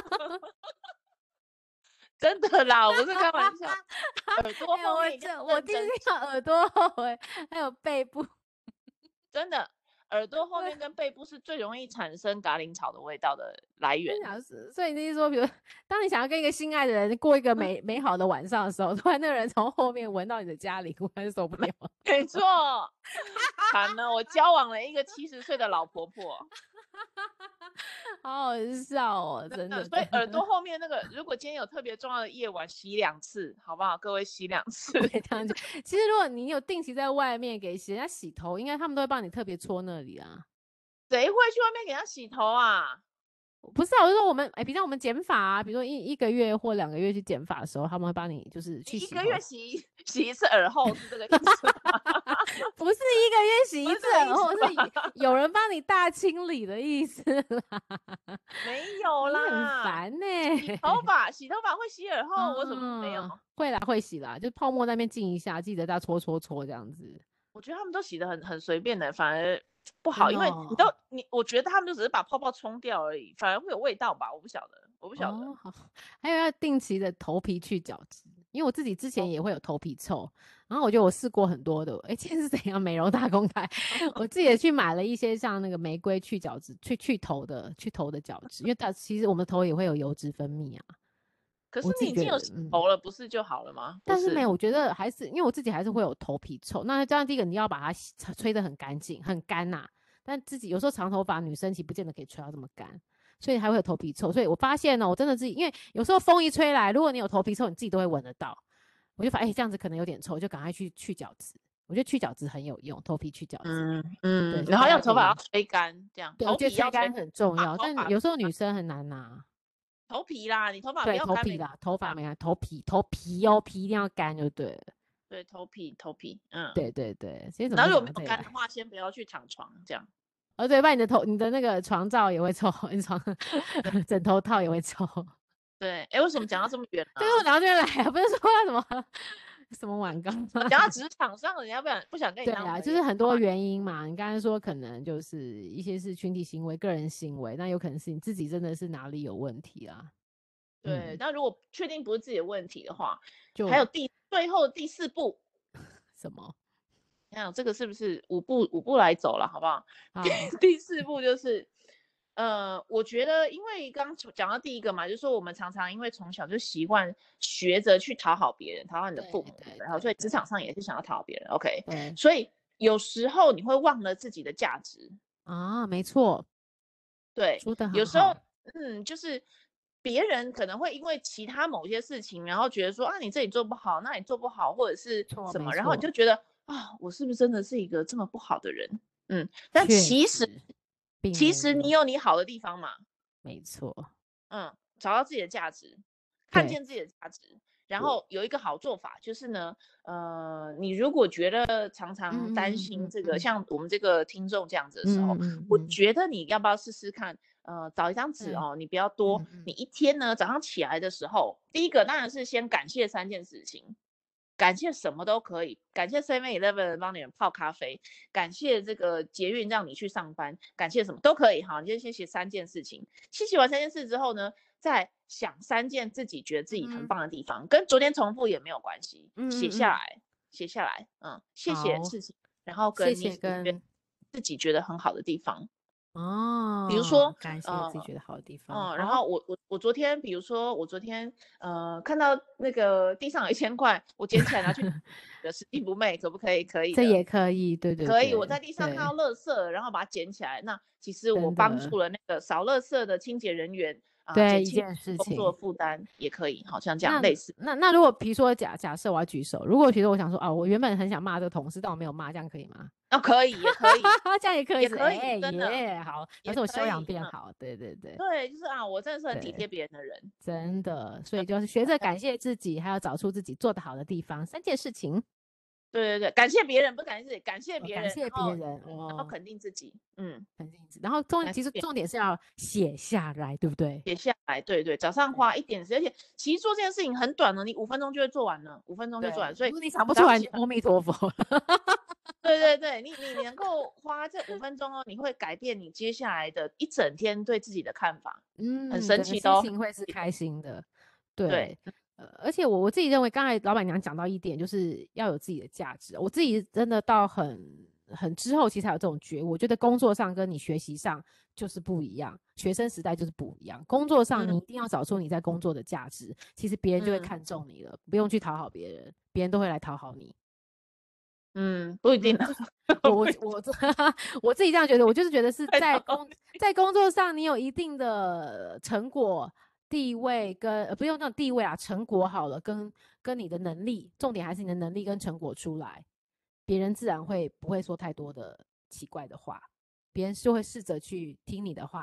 真的啦，我不是开玩笑。耳朵哎、我后面一定这要认真我第一次听到耳朵后尾还有背部， 真的，耳朵后面跟背部是最容易产生咖喱草的味道的来源。 真的是，所以你是说，比如当你想要跟一个心爱的人过一个美美好的晚上的时候，突然那个人从后面闻到你的家里，我还是受不了。 没错，惨了，我交往了一个七十岁的老婆婆， 好好笑哦，真的。 所以耳朵后面那个，如果今天有特别重要的夜晚，洗两次，好不好？各位洗两次。 对，这样子。其实如果你有定期在外面给人家洗头，应该他们都会帮你特别搓那里啊。 谁会去外面给他洗头啊？ 不是啊，我是说我们哎、欸，比如我们剪发啊，比如说一一个月或两个月去剪发的时候，他们会帮你就是去你一洗头。 个月洗洗一次耳后是这个意思吗？ 不是一个月洗一次耳后， 是是有人帮你大清理的意思啦。 没有你很啦， 烦呢、欸。 洗头发洗头发会洗耳后，我怎么没有？ 嗯，会啦，会洗啦，就泡沫那边浸一下，记得再搓搓搓这样子。 我觉得他们都洗得很很随便的，反而不好， 真的因为你都哦。 你，我觉得他们就只是把泡泡冲掉而已，反而会有味道吧？我不晓得，我不晓得。 哦，好，还有要定期的头皮去角质，因为我自己之前哦， 也会有头皮臭，然后我觉得我试过很多的，哎、今天是怎样美容大公开？我自己也去买了一些像那个玫瑰去角质、去去头的、去头的角质，因为它其实我们的头也会有油脂分泌啊。 可是我自己觉得， 你已经有洗嗯， 头了，不是就好了吗？不是， 但是没有，我觉得还是因为我自己还是会有头皮臭。那这样第一个你要把它洗吹得很干净、很干呐、啊，但自己有时候长头发女生其实不见得可以吹到这么干，所以还会有头皮臭。所以我发现呢，我真的自己因为有时候风一吹来，如果你有头皮臭，你自己都会闻得到。我就发现哎、欸，这样子可能有点臭，就赶快去去角质。我觉得去角质很有用，头皮去角质。 嗯嗯， 对，所以然后大家可以用。 要头发要吹干，这样对，我头觉得皮要吹， 吹干很重把要， 头发但有时候女生很难拿。 头皮啦，你头发不对， 要干没关头皮啦，头系啊。 发没干，头皮头皮哦，皮一定要干就对了。 对，头皮头皮，嗯。 对对对，其实怎么会然后如果没讲到这里来？ 有干的话，先不要去躺床，这样。 哦，对，不然你的头、你的那个床罩也会臭，你床枕头套也会臭。 对，哎，为什么讲到这么远对，我啊？ 讲到这边来啊，不是说要什么什么晚刚吗？ 讲到职场上，人家不想不想跟你对啊， 当朋友， 就是很多原因嘛。你刚才说可能就是一些是群体行为、个人行为，那有可能是你自己真的是哪里有问题啊。 对， 嗯， 那如果确定不是自己的问题的话，还就有第最后第四步， 什么你看这个是不是五步五步来走了，好不好？第啊？ 第四步就是，呃，我觉得因为刚讲到第一个嘛，就是说我们常常因为从小就习惯学着去讨好别人，讨好你的对父母， 对然后所以职对对场上也是想要讨好别人，OK， 对所以有时候你会忘了自己的价值， 啊，没错， 对， 说的有时候， 很好。 嗯，就是别人可能会因为其他某些事情，然后觉得说啊，你这里做不好，那你做不好，或者是错， 什么，然后你没错， 就觉得啊，我是不是真的是一个这么不好的人？嗯，但确其实， 实并其实你没有， 有你好的地方嘛， 没错， 嗯，找到自己的价值，看对， 见自己的价值，然后有一个好做法就是呢，呃，你如果觉得常常担嗯嗯心这个， 嗯嗯像我们这个听众这样子的时候， 嗯嗯我嗯， 觉得你要不要试试看？呃，找一张纸对， 哦，你不要多， 嗯嗯， 你一天呢早上起来的时候，第一个当然是先感谢三件事情，感谢什么都可以，感谢 Seven Eleven 帮你们泡咖啡，感谢这个捷运让你去上班，感谢什么都可以哈。你就先写三件事情，写写完三件事之后呢，再想三件自己觉得自己很嗯棒的地方，跟昨天重复也没有关系，写嗯嗯嗯， 下来，写下来，嗯，谢谢好， 事情，然后谢跟你觉得谢跟自己觉得很好的地方，比如哦， 说， 感谢自己呃， 觉得好的地方， 嗯，然好， 后我我我昨天，比如说我昨天，呃，看到那个地上有一千块，我捡起来拿去的拾金不昧，可不可以？可以这的， 也可以，对对可以。我对在地上看对， 到垃圾，然后把它捡起来，那其实我真的， 帮助了那个扫垃圾的清洁人员啊，减轻对一件事工作情。 负担，也可以，好像这样那类似。 那那如果比如说假假设我要举手，如果比如说我想说啊，我原本很想骂这个同事，但我没有骂，这样可以吗？ 哦，可以，也可以， 这样也可以是， 也可以， 哎、 真的耶，好，表也示我修养可以，嗯， 变好，对对对对，就是啊，我真的是很体对， 贴别人的人。 真的，所以就是学着感谢自己，还要找出自己做得好的地方，三件事情。 对对对，感谢别人，不感谢自己，感谢哦， 别人， 感谢然后别人哦， 然后肯定自己，嗯， 肯定是，然后重其实感谢重点是要写下来，对不对？ 写下来，对对，早上花对一点时间，而且其实做这件事情很短的，你五分钟就会做完了，五分钟就做完， 对， 所以如果你想不出来， 早上起来， 阿弥陀佛。 对对对，你你你能够花这五分钟哦，你会改变你接下来的一整天对自己的看法，很嗯，整个神奇的哦， 心情会是开心的， 对， 对。呃，而且我我自己认为，刚才老板娘讲到一点，就是要有自己的价值。我自己真的到很很之后，其实才有这种觉悟。我觉得工作上跟你学习上就是不一样，学生时代就是不一样。工作上嗯你一定要找出你在工作的价值，其实别人就会嗯看中你了，不用去讨好别人，别人都会来讨好你。 嗯，不一定嗯， 啊， 就是我我我我自己这样觉得，我就是觉得是太在早工在工作上，你有一定的成果、地位跟呃不用那种地位啊，成果好了，跟跟你的能力，重点还是你的能力跟成果出来，别人自然会不会说太多的奇怪的话，别人就会试着去听你的话，然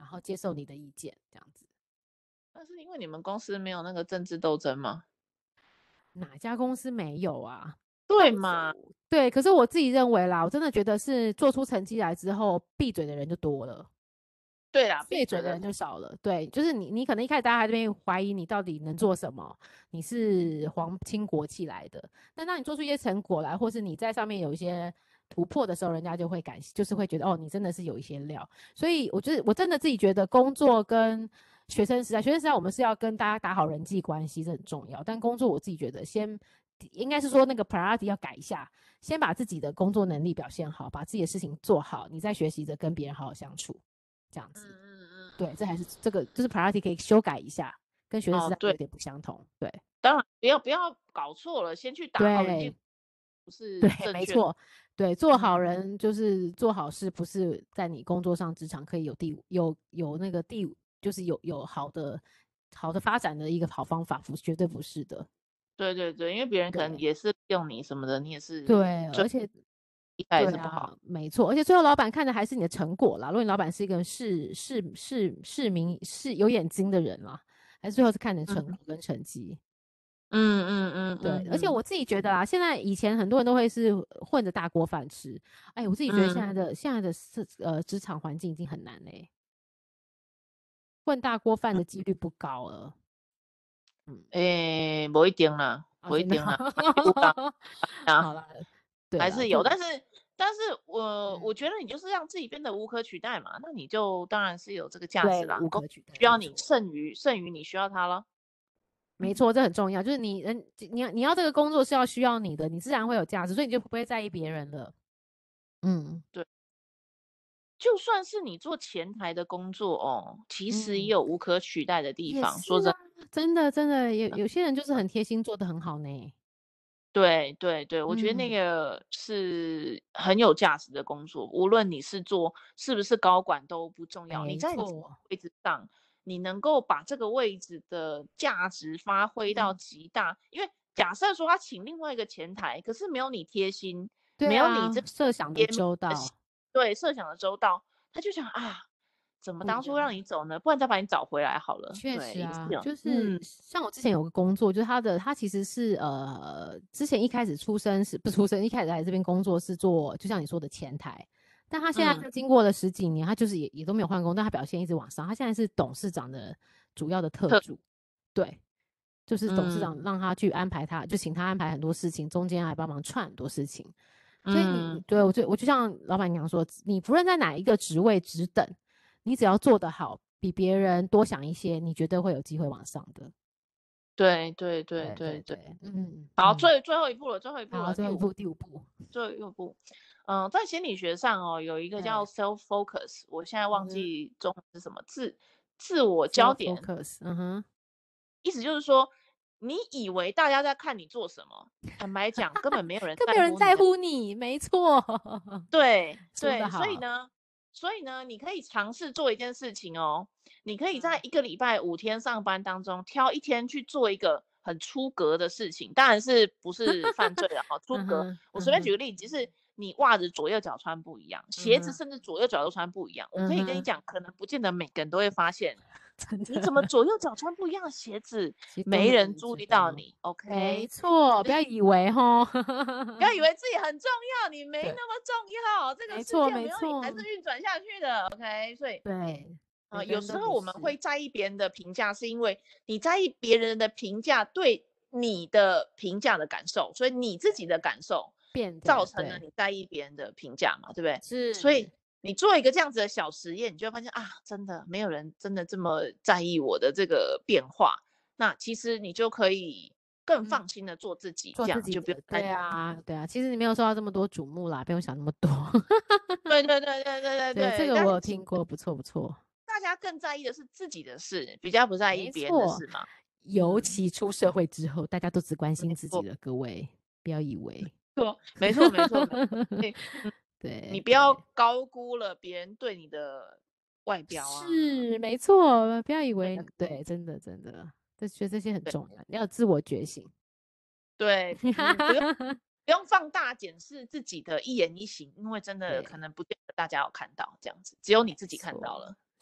然后接受你的意见，这样子。 那是因为你们公司没有那个政治斗争吗？ 哪家公司没有啊？ 对嘛？ 对，可是我自己认为啦，我真的觉得是做出成绩来之后，闭嘴的人就多了。 对啦， 闭嘴的人就少了。对，就是你，你可能一开始大家还这边怀疑你到底能做什么，你是皇亲国戚来的，但当你做出一些成果来，或是你在上面有一些突破的时候，人家就会感，就是会觉得哦，你真的是有一些料。所以我觉得我真的自己觉得工作跟学生时代，学生时代我们是要跟大家打好人际关系，这很重要。但工作我自己觉得先应该是说那个 priority 要改一下，先把自己的工作能力表现好，把自己的事情做好，你再学习着跟别人好好相处。这样子，嗯嗯嗯，对，这还是这个就是 priority 可以修改一下，跟学生时代有点不相同。哦、对， 当然不要不要搞错了，先去打好人际，不是对， 正确， 没错，对，做好人、嗯、就是做好事，不是在你工作上职场可以有第有有那个第就是有有好的好的发展的一个好方法，不绝对不是的。 对对对，因为别人可能也是用你什么的，你也是对，而且。 一开始不好、 啊，没错，而且最后老板看的还是你的成果啦。如果你老板是一个市市市市民是有眼睛的人啦，还是最后是看你的成果跟成绩。 嗯嗯嗯， 对， 嗯而且我自己觉得啦，现在以前很多人都会是混着大锅饭吃，哎，我自己觉得现在的、嗯、现在的呃职场环境已经很难嘞，混大锅饭的几率不高了。 嗯，诶，不一定啦，不一定啦， 好啦，对， 还是有，但是但是我、嗯、我觉得你就是让自己变得无可取代嘛，那你就当然是有这个价值啦， 无可取代， 需要你剩余剩余你需要它了。 没错，这很重要，就是你人你要你要这个工作是要需要你的，你自然会有价值，所以你就不会在意别人了。嗯， 对。就算是你做前台的工作哦，其实也有无可取代的地方。 嗯、 说真的， 真的真的有有些人就是很贴心，做得很好呢。 对对对，我觉得那嗯、 个是很有价值的工作，无论你是做是不是高管都不重要。你在你位置上，你能够把这个位置的价值发挥到极大。嗯、因为假设说他请另外一个前台，可是没有你贴心， 对啊、 没有你这设想的周到， 对，设想的周到，他就想啊。怎么当初让你走呢？不然再把你找回来好了。 确实啊，就是、 嗯、 像我之前有个工作，就是他的他其实是呃，之前一开始出生是不出生，一开始来这边工作是做，就像你说的前台，但他现在就经过了十几年，嗯、他就是也也都没有换工，但他表现一直往上，他现在是董事长的主要的特助，对，就是董事长让他去安排他，嗯、就请他安排很多事情，中间还帮忙串很多事情，所以你、嗯、对我就我就像老板娘说，你不论在哪一个职位职等。你只要做得好，比别人多想一些，你绝对会有机会往上的。 对对对对 对, 对, 对， 嗯， 好，最最后一步了，最后一步了， 好，最后一步，第五步， 最后一步，嗯、呃，在心理学上哦，有一个叫 self focus， 我现在忘记中文是什么，嗯、自自我焦点 ，focus， 嗯哼， 意思就是说，你以为大家在看你做什么，坦白讲，根本没有人， 根本没有人在乎你，没错， 对对，所以呢。所以呢，你可以尝试做一件事情哦。你可以在一个礼拜五天上班当中，挑一天去做一个很出格的事情，当然是不是犯罪了哈。出格，嗯、我随便举个例子，就是你袜子左右脚穿不一样，鞋子甚至左右脚都穿不一样。嗯、我可以跟你讲，可能不见得每个人都会发现，你怎么左右脚穿不一样的鞋子，没人注意到你。OK， 没错，不要以为哈， 不要以为自己很重要，你没那么重要，这个世界没有你还是运转下去的。OK， 所以对。 啊、呃，有时候我们会在意别人的评价，是因为你在意别人的评价对你的评价的感受，所以你自己的感受造成了你在意别人的评价嘛，对不对？ 是。 所以你做一个这样子的小实验，你就会发现啊，真的没有人真的这么在意我的这个变化。那其实你就可以更放心的做自己， 嗯、做自己就不用对啊，对啊，其实你没有受到这么多瞩目啦，不用想那么多。 对对对对对对对， 这个我有听过，不错不错。 大家更在意的是自己的事，比较不在意别人的事嘛。 尤其出社会之后，大家都只关心自己了，各位不要以为。 没错没错没错。 对， 你不要高估了别人对你的外表啊。 是没错，不要以为对，真的真的，这觉得这些很重要，你要自我觉醒。 对，不用不用放大检视自己的一言一行，因为真的可能不见得大家有看到这样子，只有你自己看到了。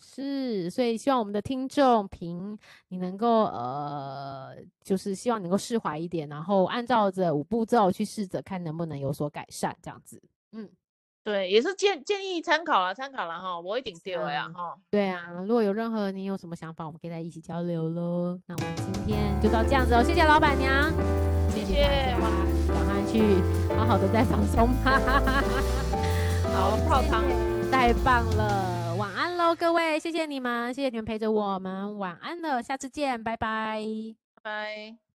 是，所以希望我们的听众评你能够呃，就是希望能够释怀一点，然后按照着五步骤去试着看能不能有所改善，这样子。嗯， 对，也是建建议参考了，参考了哈，我一定丢呀哈。 对啊，如果有任何你有什么想法，我们可以在一起交流喽。那我们今天就到这样子哦，谢谢老板娘， 谢谢， 大家，赶快去好好的再放松吧。 好，泡汤， 太棒了，晚安喽，各位，谢谢你们，谢谢你们陪着我们，晚安了，下次见，拜拜， 拜拜。